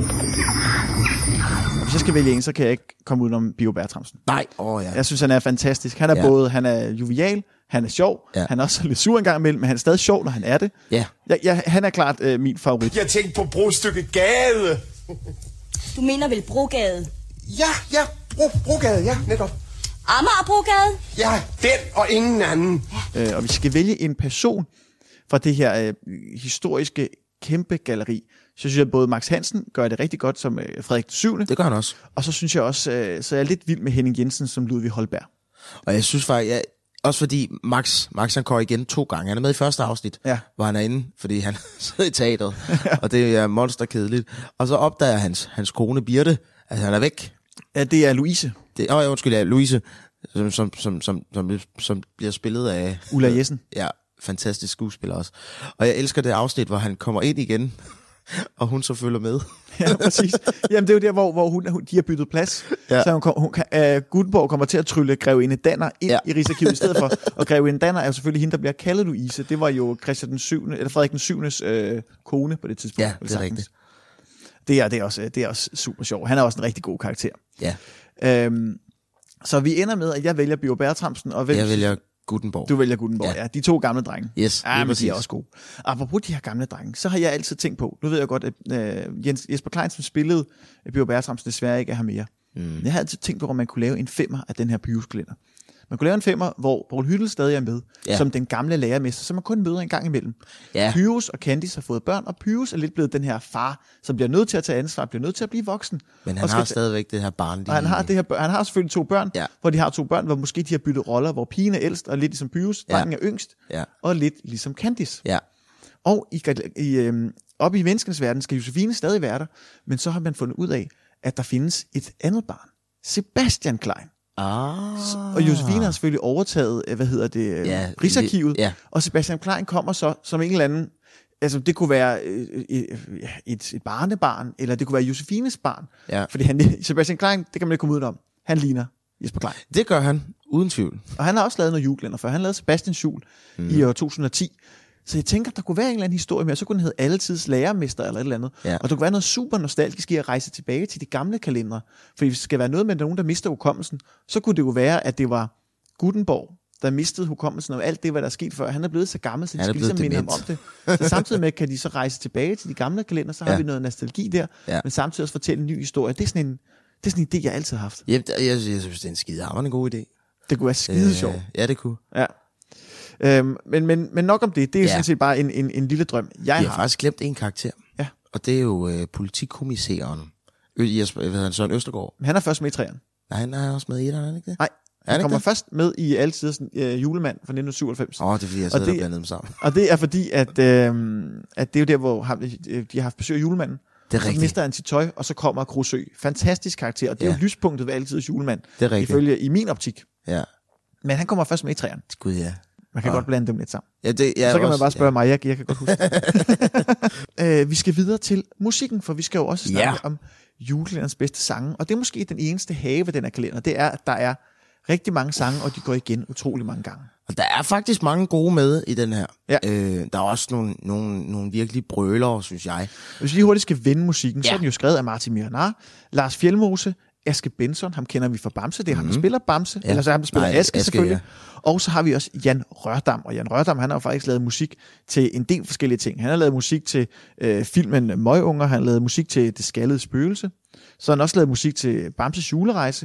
[SPEAKER 1] Hvis jeg skal vælge en, så kan jeg ikke komme udenom Bio Bertramsen.
[SPEAKER 2] Nej,
[SPEAKER 1] Jeg synes, han er fantastisk. Han er han er jovial, han er sjov, han er også lidt sur en gang imellem, men han er stadig sjov, når han er det. Ja. Han er klart min favorit.
[SPEAKER 4] Jeg tænkte på Brostykket Gade.
[SPEAKER 7] Du mener vel Brogade?
[SPEAKER 4] Ja, Brogade, ja, netop.
[SPEAKER 7] Amagerbrogade?
[SPEAKER 4] Ja, den og ingen anden.
[SPEAKER 1] Og vi skal vælge en person fra det her historiske kæmpe galleri. Så synes jeg, at både Max Hansen gør det rigtig godt som Frederik 7.
[SPEAKER 2] Det gør han også.
[SPEAKER 1] Og så synes jeg også, så jeg er lidt vild med Henning Jensen som Ludvig Holberg.
[SPEAKER 2] Og jeg synes faktisk, også fordi Max han går igen 2 gange. Han er med i første afsnit, hvor han er inde, fordi han sidder i teateret, og det er monsterkedeligt. Og så opdager hans kone Birte, at han er væk.
[SPEAKER 1] Ja, det er Louise.
[SPEAKER 2] Louise, som bliver spillet af...
[SPEAKER 1] Ulla Jessen.
[SPEAKER 2] Ja, fantastisk skuespiller også. Og jeg elsker det afsnit, hvor han kommer ind igen, og hun så følger med.
[SPEAKER 1] Ja, præcis. Jamen, det er jo der, hvor de har byttet plads. Ja. Så Gutenborg kommer til at trylle Grevinde Danner ind i Rigsarkivet i stedet for. Og Grevinde Danner er jo selvfølgelig hende, der bliver kaldet Louise. Det var jo Christian den 7., eller Frederik den 7. Kone på det tidspunkt.
[SPEAKER 2] Ja, det er rigtigt.
[SPEAKER 1] Det er også super sjovt. Han er også en rigtig god karakter.
[SPEAKER 2] Ja.
[SPEAKER 1] Så vi ender med, at jeg vælger Bio Bertramsen. Og
[SPEAKER 2] jeg vælger Gutenborg.
[SPEAKER 1] Du vælger Gutenborg, ja. De 2 gamle drenge.
[SPEAKER 2] Yes,
[SPEAKER 1] men de er også gode. Apropos de her gamle drenge, så har jeg altid tænkt på, nu ved jeg godt, at Jesper Klein, som spillede Bio Bertramsen, desværre ikke er her mere. Jeg har altid tænkt på, om man kunne lave en 5'er af den her Pyrus-kalender. Man kunne lave en 5'er, hvor Poul Hyttel stadig er med, som den gamle lærermester, som man kun møder en gang imellem. Ja. Pyrus og Candice har fået børn, og Pyrus er lidt blevet den her far, som bliver nødt til at tage ansvar, bliver nødt til at blive voksen.
[SPEAKER 2] Men han har stadigvæk det her barn.
[SPEAKER 1] Han har selvfølgelig 2 børn, hvor de har 2 børn, hvor måske de har byttet roller, hvor pigen er ældst, og lidt ligesom Pyrus, drengen er yngst, og lidt ligesom Candice. Ja. Og oppe i menneskenes verden skal Josefine stadig være der, men så har man fundet ud af, at der findes et andet barn, Sebastian Klein. Og Josefine har selvfølgelig overtaget, Rigsarkivet, og Sebastian Klein kommer så som en eller anden, altså det kunne være et barnebarn, eller det kunne være Josefines barn, fordi Sebastian Klein, det kan man ikke komme ud om, han ligner Jesper Klein.
[SPEAKER 2] Det gør han, uden tvivl.
[SPEAKER 1] Og han har også lavet noget julekalender før, han lavede Sebastians jul i år 2010, Så jeg tænker, der kunne være en eller anden historie med, og så kunne den hedde Alletids Lærermester eller et eller andet.
[SPEAKER 2] Ja.
[SPEAKER 1] Og der kunne være noget super nostalgisk i at rejse tilbage til de gamle kalendere. For hvis det skal være noget med nogen, der mister hukommelsen, så kunne det jo være, at det var Gutenborg, der mistede hukommelsen og alt det, hvad der er sket før. Han er blevet så gammel, så de skal ligesom minde ham om det. Så samtidig med, kan de så rejse tilbage til de gamle kalender, så har vi noget nostalgi der, men samtidig også fortælle en ny historie. Det er sådan en idé, jeg altid har haft.
[SPEAKER 2] Jamen, jeg synes, det er en skidehamrende god idé.
[SPEAKER 1] Det kunne være skide sjovt.
[SPEAKER 2] Ja, det kunne.
[SPEAKER 1] Ja. Men nok om det. Det er jo sådan set bare en lille drøm. Jeg har
[SPEAKER 2] faktisk glemt en karakter.
[SPEAKER 1] Ja.
[SPEAKER 2] Og det er jo politikommissæren. Søren Østergaard.
[SPEAKER 1] Han er først med i 3'eren.
[SPEAKER 2] Nej, han er også med i 1'eren, er det ikke det?
[SPEAKER 1] Nej. Han kommer først med i Altiders julemand fra 1997.
[SPEAKER 2] Det er fordi, jeg sidder og blandet dem sammen.
[SPEAKER 1] Og det er fordi, at det er jo der, hvor de har haft besøg af julemanden.
[SPEAKER 2] Det er rigtigt.
[SPEAKER 1] Så mister han sit tøj, og så kommer Krusø. Fantastisk karakter, og det er jo lyspunktet ved Altiders julemand.
[SPEAKER 2] Det er rigtigt.
[SPEAKER 1] Ifølge i min optik.
[SPEAKER 2] Ja.
[SPEAKER 1] Men han kommer først med i 3'eren.
[SPEAKER 2] Gud, ja.
[SPEAKER 1] Man kan godt blande dem lidt sammen.
[SPEAKER 2] Ja,
[SPEAKER 1] så kan man bare spørge mig, jeg kan godt huske. Vi skal videre til musikken, for vi skal jo også snakke om julekalenderens bedste sange. Og det er måske den eneste have ved den her kalender. Det er, at der er rigtig mange sange, og de går igen utrolig mange gange.
[SPEAKER 2] Og der er faktisk mange gode med i den her.
[SPEAKER 1] Ja.
[SPEAKER 2] Der er også nogle virkelig brølere, synes jeg.
[SPEAKER 1] Hvis vi lige hurtigt skal vende musikken, så er den jo skrevet af Martin Miranar, Lars Fjeldmose, Aske Benson, ham kender vi fra Bamse, det er ham, der spiller Bamse, eller så ham, der spiller Aske selvfølgelig. Ja. Og så har vi også Jan Rørdam, og Jan Rørdam, han har jo faktisk lavet musik til en del forskellige ting. Han har lavet musik til filmen Møgunger, han har lavet musik til Det Skaldede Spøgelse, så har han også lavet musik til Bamses julerejse,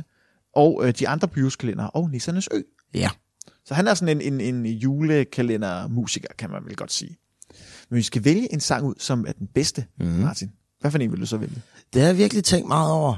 [SPEAKER 1] og de andre Pyrus-kalender, og Nissernes Ø.
[SPEAKER 2] Ja.
[SPEAKER 1] Så han er sådan en julekalendermusiker, kan man vel godt sige. Men vi skal vælge en sang ud, som er den bedste, Martin. Hvad for en vil du så vælge?
[SPEAKER 2] Det har jeg virkelig tænkt meget over,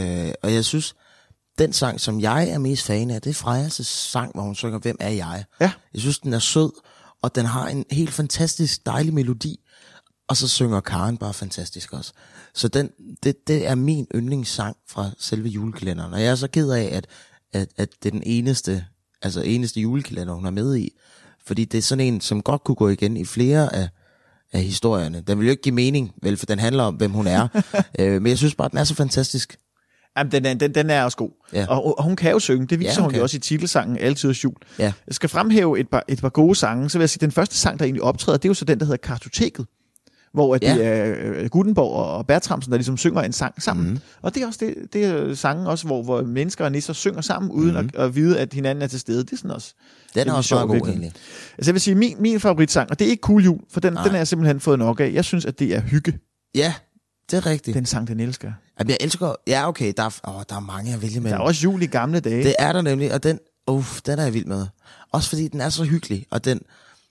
[SPEAKER 2] og jeg synes, den sang, som jeg er mest fan af, det er Frejas' sang, hvor hun synger, Hvem er jeg?
[SPEAKER 1] Ja.
[SPEAKER 2] Jeg synes, den er sød, og den har en helt fantastisk dejlig melodi, og så synger Karen bare fantastisk også. Så det er min yndlingssang fra selve julekalenderen, og jeg er så ked af, at det er den eneste julekalender, hun er med i, fordi det er sådan en, som godt kunne gå igen i flere af historierne. Den vil jo ikke give mening, vel, for den handler om, hvem hun er. Men jeg synes bare, den er så fantastisk.
[SPEAKER 1] Jamen, den er også god. Ja. Og hun kan jo synge. Det viser hun jo også i titelsangen Altiders Jul. Ja. Jeg skal fremhæve et par gode sange. Så vil jeg sige, den første sang, der egentlig optræder, det er jo så den, der hedder Kartoteket. Hvor det er Gutenborg og Bertramsen, der ligesom synger en sang sammen. Og det er også det er sangen også, hvor mennesker og nisser synger sammen, uden at vide, at hinanden er til stede. Det er sådan også.
[SPEAKER 2] Den er også meget god, egentlig.
[SPEAKER 1] Altså jeg vil sige, min favoritsang, og det er ikke Cool Jul, for den har jeg simpelthen fået nok af. Jeg synes, at det er Hygge.
[SPEAKER 2] Ja, det er rigtigt.
[SPEAKER 1] Den sang, den elsker.
[SPEAKER 2] Jamen, jeg elsker. Ja, okay, der er mange at vælge med.
[SPEAKER 1] Der er også jul i gamle dage.
[SPEAKER 2] Det er der nemlig, og den er jeg vild med. Også fordi den er så hyggelig, og den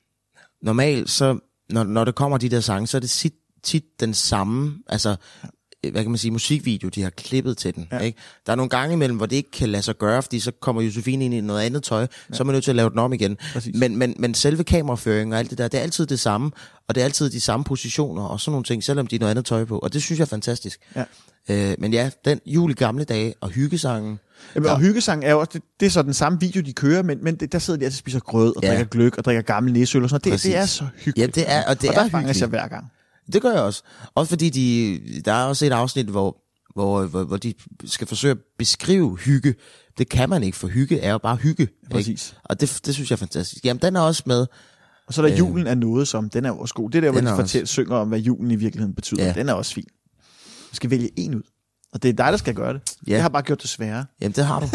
[SPEAKER 2] normalt, så når det kommer de der sange, så er det tit den samme, altså, hvad kan man sige, musikvideo, de har klippet til den. Ikke? Der er nogle gange imellem, hvor det ikke kan lade sig gøre, fordi så kommer Josefine ind i noget andet tøj, så er man nødt til at lave den om igen. Men selve kameraføringen og alt det der, det er altid det samme, og det er altid de samme positioner og sådan nogle ting, selvom de er noget andet tøj på, og det synes jeg er fantastisk. Ja. Men ja, den jul i gamle dage og hyggesangen.
[SPEAKER 1] Jamen, og hyggesangen er jo også, det er så den samme video, de kører, men der sidder de altså og spiser grød og drikker gløgg og drikker gammel næsøl og sådan noget. Det er så hyggeligt.
[SPEAKER 2] Ja, det er, og
[SPEAKER 1] der fanger jeg hver gang.
[SPEAKER 2] Det gør jeg også. Også fordi der er også et afsnit, hvor de skal forsøge at beskrive hygge. Det kan man ikke, for hygge er jo bare hygge.
[SPEAKER 1] Præcis.
[SPEAKER 2] Og det synes jeg er fantastisk. Jamen, den er også med.
[SPEAKER 1] Og så der julen er noget som, den er også god. Det der, hvor de synger om, hvad julen i virkeligheden betyder. Ja. Den er også fin. Du skal vælge en ud. Og det er dig, der skal gøre det. Ja. Jeg har bare gjort det sværere.
[SPEAKER 2] Jamen, det har du.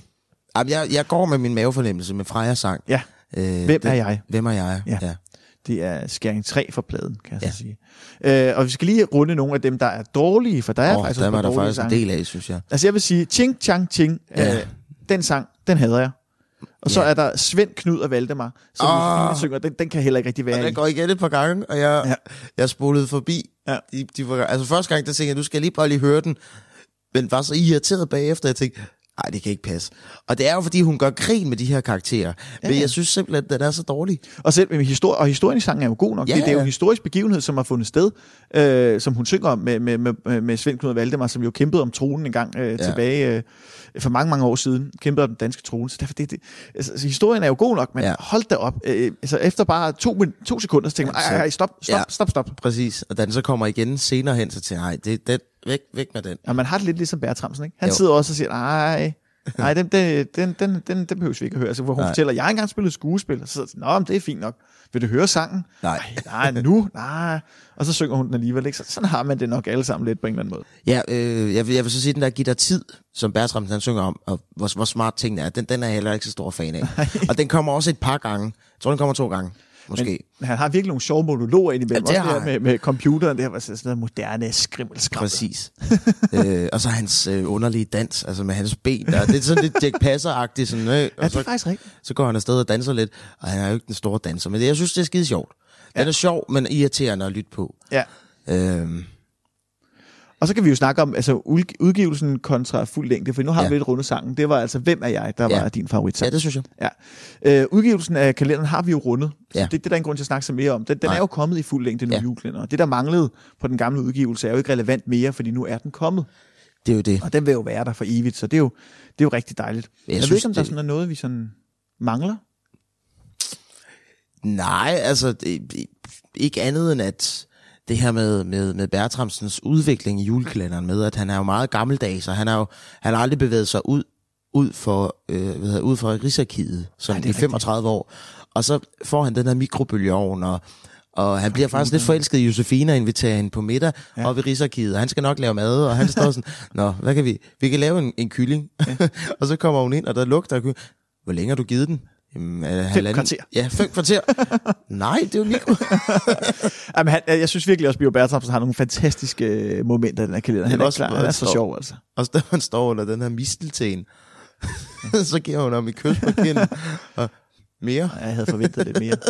[SPEAKER 2] Jamen, jeg går med min mavefornemmelse med Frejas sang.
[SPEAKER 1] Ja. Hvem er jeg?
[SPEAKER 2] Hvem er jeg?
[SPEAKER 1] Ja. Det er skæring 3 for pladen, kan jeg så sige. Og vi skal lige runde nogle af dem, der er dårlige, for der er faktisk også
[SPEAKER 2] der faktisk en del af, synes jeg.
[SPEAKER 1] Altså jeg vil sige, Ching Chang Ching, den sang, den hader jeg. Og så er der Svend, Knud og Valdemar, som synger, den kan heller ikke rigtig være
[SPEAKER 2] i. Den går igen et par gange, og jeg spolede forbi. Ja. Altså første gang, der tænkte jeg, du skal lige bare lige høre den, men var så irriteret bagefter, jeg tænkte, nej, det kan ikke passe. Og det er jo, fordi hun gør grin med de her karakterer. Men jeg synes simpelthen, at den er så dårlig.
[SPEAKER 1] Og selv med historien i sangen er jo god nok. Det er jo en historisk begivenhed, som har fundet sted, som hun synger om med Svend, Knud og Valdemar, som jo kæmpede om tronen en gang tilbage for mange, mange år siden. Kæmpede om den danske trone. Så derfor altså, historien er jo god nok, men hold da op. Altså, efter bare 2 sekunder, så tænker man, stop.
[SPEAKER 2] Præcis. Og da den så kommer igen senere hen, så tænker jeg, nej, det væk med den.
[SPEAKER 1] Og man har det lidt ligesom Bertramsen, ikke? Han sidder også og siger, nej, Nej, den behøves vi ikke at høre. Altså, hvor hun fortæller, jeg har engang spillet skuespil, og så men det er fint nok. Vil du høre sangen? Nej, nu? Nej. Og så synger hun den alligevel, ikke? Sådan har man det nok alle sammen lidt på en eller anden måde.
[SPEAKER 2] Ja, jeg vil så sige, den der Giv dig tid, som Bertram han synger om, og hvor smart tingene er, den er jeg heller ikke så stor fan af. Og den kommer også et par gange. Jeg tror, den kommer 2 gange. Måske.
[SPEAKER 1] Men han har virkelig nogle sjove monologer indimellem. Ja, også der med computeren, det var sådan noget moderne skrimmelskrammel.
[SPEAKER 2] Præcis. Og så hans underlige dans, altså med hans ben. Det er sådan lidt Jack Passer-agtigt. Sådan,
[SPEAKER 1] ja, det er faktisk rigtigt.
[SPEAKER 2] Så går han afsted og danser lidt, og han er jo ikke den store danser. Men jeg synes, det er skide sjovt. Den er sjov, men irriterende at lytte på.
[SPEAKER 1] Ja. Og så kan vi jo snakke om altså udgivelsen kontra fuld længde, for nu har vi lidt rundet sangen. Det var altså Hvem er jeg, der var din favoritsang.
[SPEAKER 2] Ja, det synes jeg.
[SPEAKER 1] Ja. Udgivelsen af kalenderen har vi jo rundet, så det er der en grund til at snakke så mere om. Den er jo kommet i fuld længde nu, julekalender. Og det, der manglede på den gamle udgivelse, er jo ikke relevant mere, fordi nu er den kommet.
[SPEAKER 2] Det er jo det.
[SPEAKER 1] Og den vil jo være der for evigt, så det er jo rigtig dejligt. Jeg ved ikke, om der er sådan noget, vi sådan mangler?
[SPEAKER 2] Nej, altså ikke andet end at det her med Bertramsens udvikling i julekalenderen med, at han er jo meget gammeldags, og han har aldrig bevæget sig ud for Rigsarkivet sådan i 35 år. Og så får han den her mikrobølgeovn, og han bliver faktisk lidt forelsket i Josefine og inviterer hende på middag oppe i Rigsarkivet, og han skal nok lave mad, og han står sådan, hvad kan vi? Vi kan lave en kylling. Og så kommer hun ind, og der lugter af kylling. Hvor længe har du givet den?
[SPEAKER 1] 5 kvarter.
[SPEAKER 2] Ja, 5 kvarter. Nej, det er jo mikro.
[SPEAKER 1] Jamen, jeg synes virkelig også, at Bio Bertramsen har nogle fantastiske momenter i den her kalender. Han er så sjov, altså.
[SPEAKER 2] Og så han står under den her mistelten, så giver hun ham i kys på kinden. Og mere.
[SPEAKER 1] Jeg havde forventet lidt mere.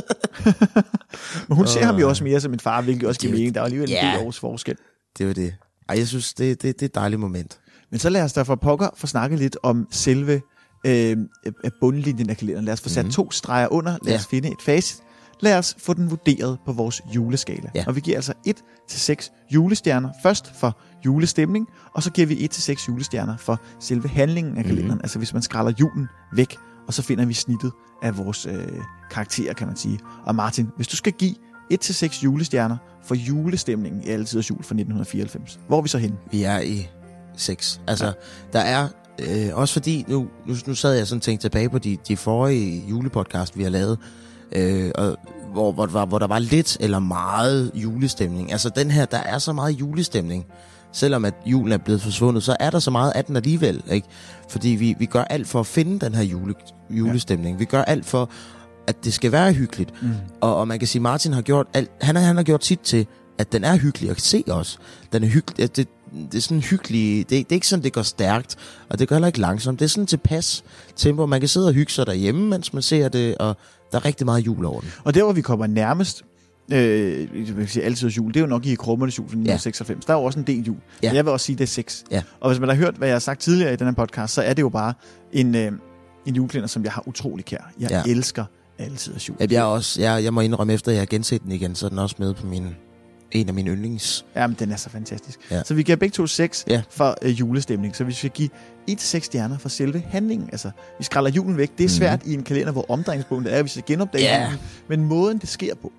[SPEAKER 1] Men hun ser ham jo også mere som en far, hvilket også giver mening. Der er alligevel en del års forskel.
[SPEAKER 2] Det var det. Ej, jeg synes, det er et dejligt moment.
[SPEAKER 1] Men så lad os derfor pokker få snakke lidt om selve bundlinjen af kalenderen. Lad os få sat 2 streger under. Lad os finde et facit. Lad os få den vurderet på vores juleskala. Og vi giver altså 1-6 julestjerner. Først for julestemning, og så giver vi 1-6 julestjerner for selve handlingen af kalenderen. Altså hvis man skræller julen væk, og så finder vi snittet af vores karakterer, kan man sige. Og Martin, hvis du skal give 1-6 julestjerner for julestemningen i Alletiders Jul fra 1994, hvor er vi så henne?
[SPEAKER 2] Vi er i 6. Altså, der er også fordi, nu sad jeg sådan tænkt tilbage på de forrige julepodcast, vi har lavet, og hvor der var lidt eller meget julestemning. Altså den her, der er så meget julestemning. Selvom at julen er blevet forsvundet, så er der så meget af den alligevel, ikke? Fordi vi gør alt for at finde den her julestemning. Vi gør alt for, at det skal være hyggeligt. Og man kan sige, Martin har gjort alt. Han har gjort sit til, at den er hyggelig. Og kan se også, den er hyggelig. Det er sådan hyggelig. Det er ikke sådan, det går stærkt, og det går heller ikke langsomt. Det er sådan tilpas tempo. Man kan sidde og hygge sig derhjemme, mens man ser det, og der er rigtig meget jul over den.
[SPEAKER 1] Og der, hvor vi kommer nærmest Alletiders Jul, det er jo nok i Krummernes Jul fra 1996. Der er jo også en del jul. Men jeg vil også sige, det er 6. Og hvis man har hørt, hvad jeg har sagt tidligere i den her podcast, så er det jo bare en julekalender, som jeg har utrolig kær. Jeg elsker Alletiders Jul.
[SPEAKER 2] Jeg må indrømme, efter jeg har genset den igen, så er den også med på en af mine yndlings.
[SPEAKER 1] Jamen, den er så fantastisk. Så vi giver begge 2 6 for julestemning. Så vi skal give 1-6 stjerner for selve handlingen. Altså, vi skræller julen væk. Det er svært i en kalender, hvor omdrejningspunktet er, at vi skal genopdage julen. Men måden, det sker på.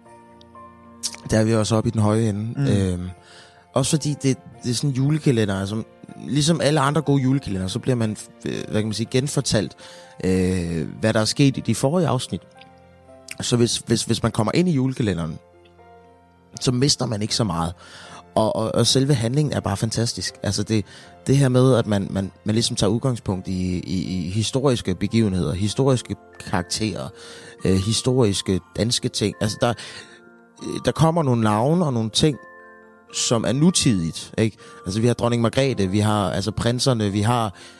[SPEAKER 2] Der er vi også oppe i den høje ende. Også fordi det er sådan en julekalender, altså, ligesom alle andre gode julekalender, så bliver man, hvad kan man sige, genfortalt, hvad der er sket i de forrige afsnit. Så hvis man kommer ind i julekalenderen, så mister man ikke så meget. Og selve handlingen er bare fantastisk. Altså det her med, at man ligesom tager udgangspunkt i historiske begivenheder, historiske karakterer, historiske danske ting. Altså der kommer nogle navne og nogle ting, som er nutidigt, ikke? Altså vi har dronning Margrethe, vi har altså prinserne, vi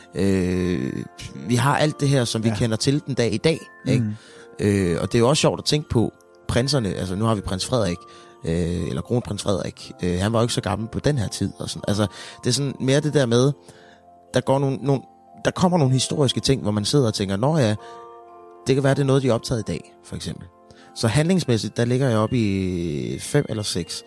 [SPEAKER 2] har alt det her, som vi kender til den dag i dag, ikke? Og det er jo også sjovt at tænke på prinserne. Altså nu har vi prins Frederik, eller kronprins Frederik. Han var jo ikke så gammel på den her tid og sådan. Altså det er sådan mere det der med, der kommer nogle historiske ting, hvor man sidder og tænker, nå ja, det kan være, det er noget, de er optaget i dag, for eksempel. Så handlingsmæssigt, der ligger jeg oppe i 5 eller 6.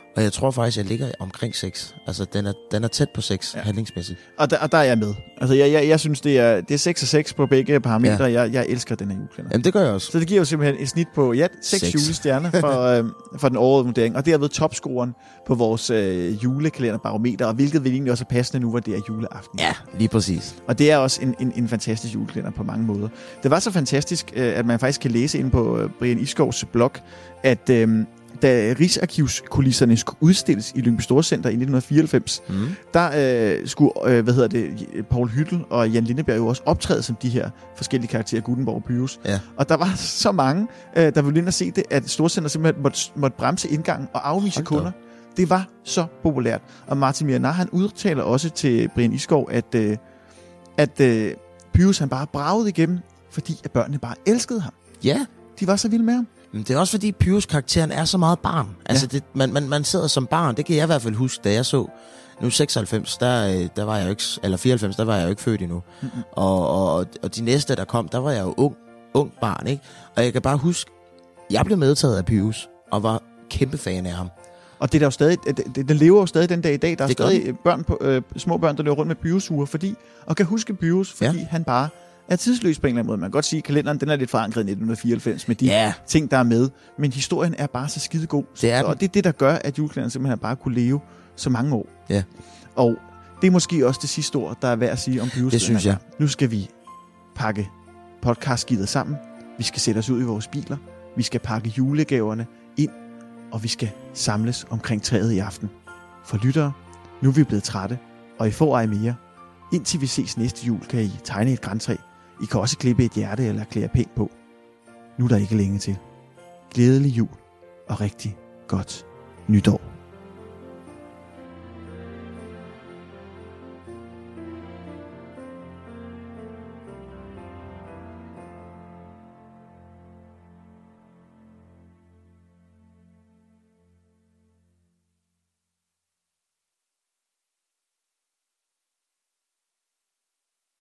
[SPEAKER 2] Og jeg tror faktisk, jeg ligger omkring 6. Altså, den er tæt på 6 handlingsmæssigt.
[SPEAKER 1] Og der er jeg med. Altså, jeg synes, det er 6 og 6 på begge parametre. Ja. Jeg elsker den her julekalender.
[SPEAKER 2] Jamen, det gør jeg også.
[SPEAKER 1] Så det giver jo simpelthen et snit på 6 julestjerner for den årede vurdering. Og derved topscoren på vores julekalenderbarometer, og hvilket vil egentlig også er passende nu, hvor det er juleaften.
[SPEAKER 2] Ja, lige præcis.
[SPEAKER 1] Og det er også en fantastisk julekalender på mange måder. Det var så fantastisk, at man faktisk kan læse ind på Brian Iskovs blog, at da Rigsarkivskulisserne skulle udstilles i Lyngby Storcenter i 1994, der skulle Poul Hyttel og Jan Lindeberg jo også optræde som de her forskellige karakterer, Gutenborg og Pyrus. Ja. Og der var så mange, der ville ind og se det, at Storcenter simpelthen måtte bremse indgangen og afvise kunder. Det var så populært. Og Martin Mienar, han udtaler også til Brian Iskov, at Pyrus han bare bragede igennem, fordi at børnene bare elskede ham.
[SPEAKER 2] Ja.
[SPEAKER 1] De var så vilde med ham.
[SPEAKER 2] Men det er også fordi Pyrus-karakteren er så meget barn. Altså, man sidder som barn. Det kan jeg i hvert fald huske, da jeg så. Nu 96, der var jeg jo ikke, eller 94, der var jeg jo ikke født endnu. Mm-hmm. Og de næste, der kom, der var jeg jo ung barn, ikke? Og jeg kan bare huske, jeg blev medtaget af Pyrus, og var kæmpe fan af ham.
[SPEAKER 1] Og det er der jo stadig, det lever jo stadig den dag i dag. Der er stadig små børn, der løber rundt med Pyrus-uger, og kan huske Pyrus, fordi han bare er tidsløs på en eller anden måde. Man kan godt sige, at kalenderen den er lidt forankret i 1994 med de ting, der er med. Men historien er bare så skidegod. Og det er det, der gør, at julekalenderen simpelthen bare kunne leve så mange år. Ja. Og det er måske også det sidste ord, der er værd at sige om Pyrus.
[SPEAKER 2] Det synes jeg.
[SPEAKER 1] Nu skal vi pakke podcastgivet sammen. Vi skal sætte os ud i vores biler. Vi skal pakke julegaverne ind. Og vi skal samles omkring træet i aften. For lyttere, nu er vi blevet trætte, og I får ej mere. Indtil vi ses næste jul, kan I tegne et grantræ. I kan også klippe et hjerte eller klæde pænt på. Nu er der ikke længe til. Glædelig jul og rigtig godt nytår.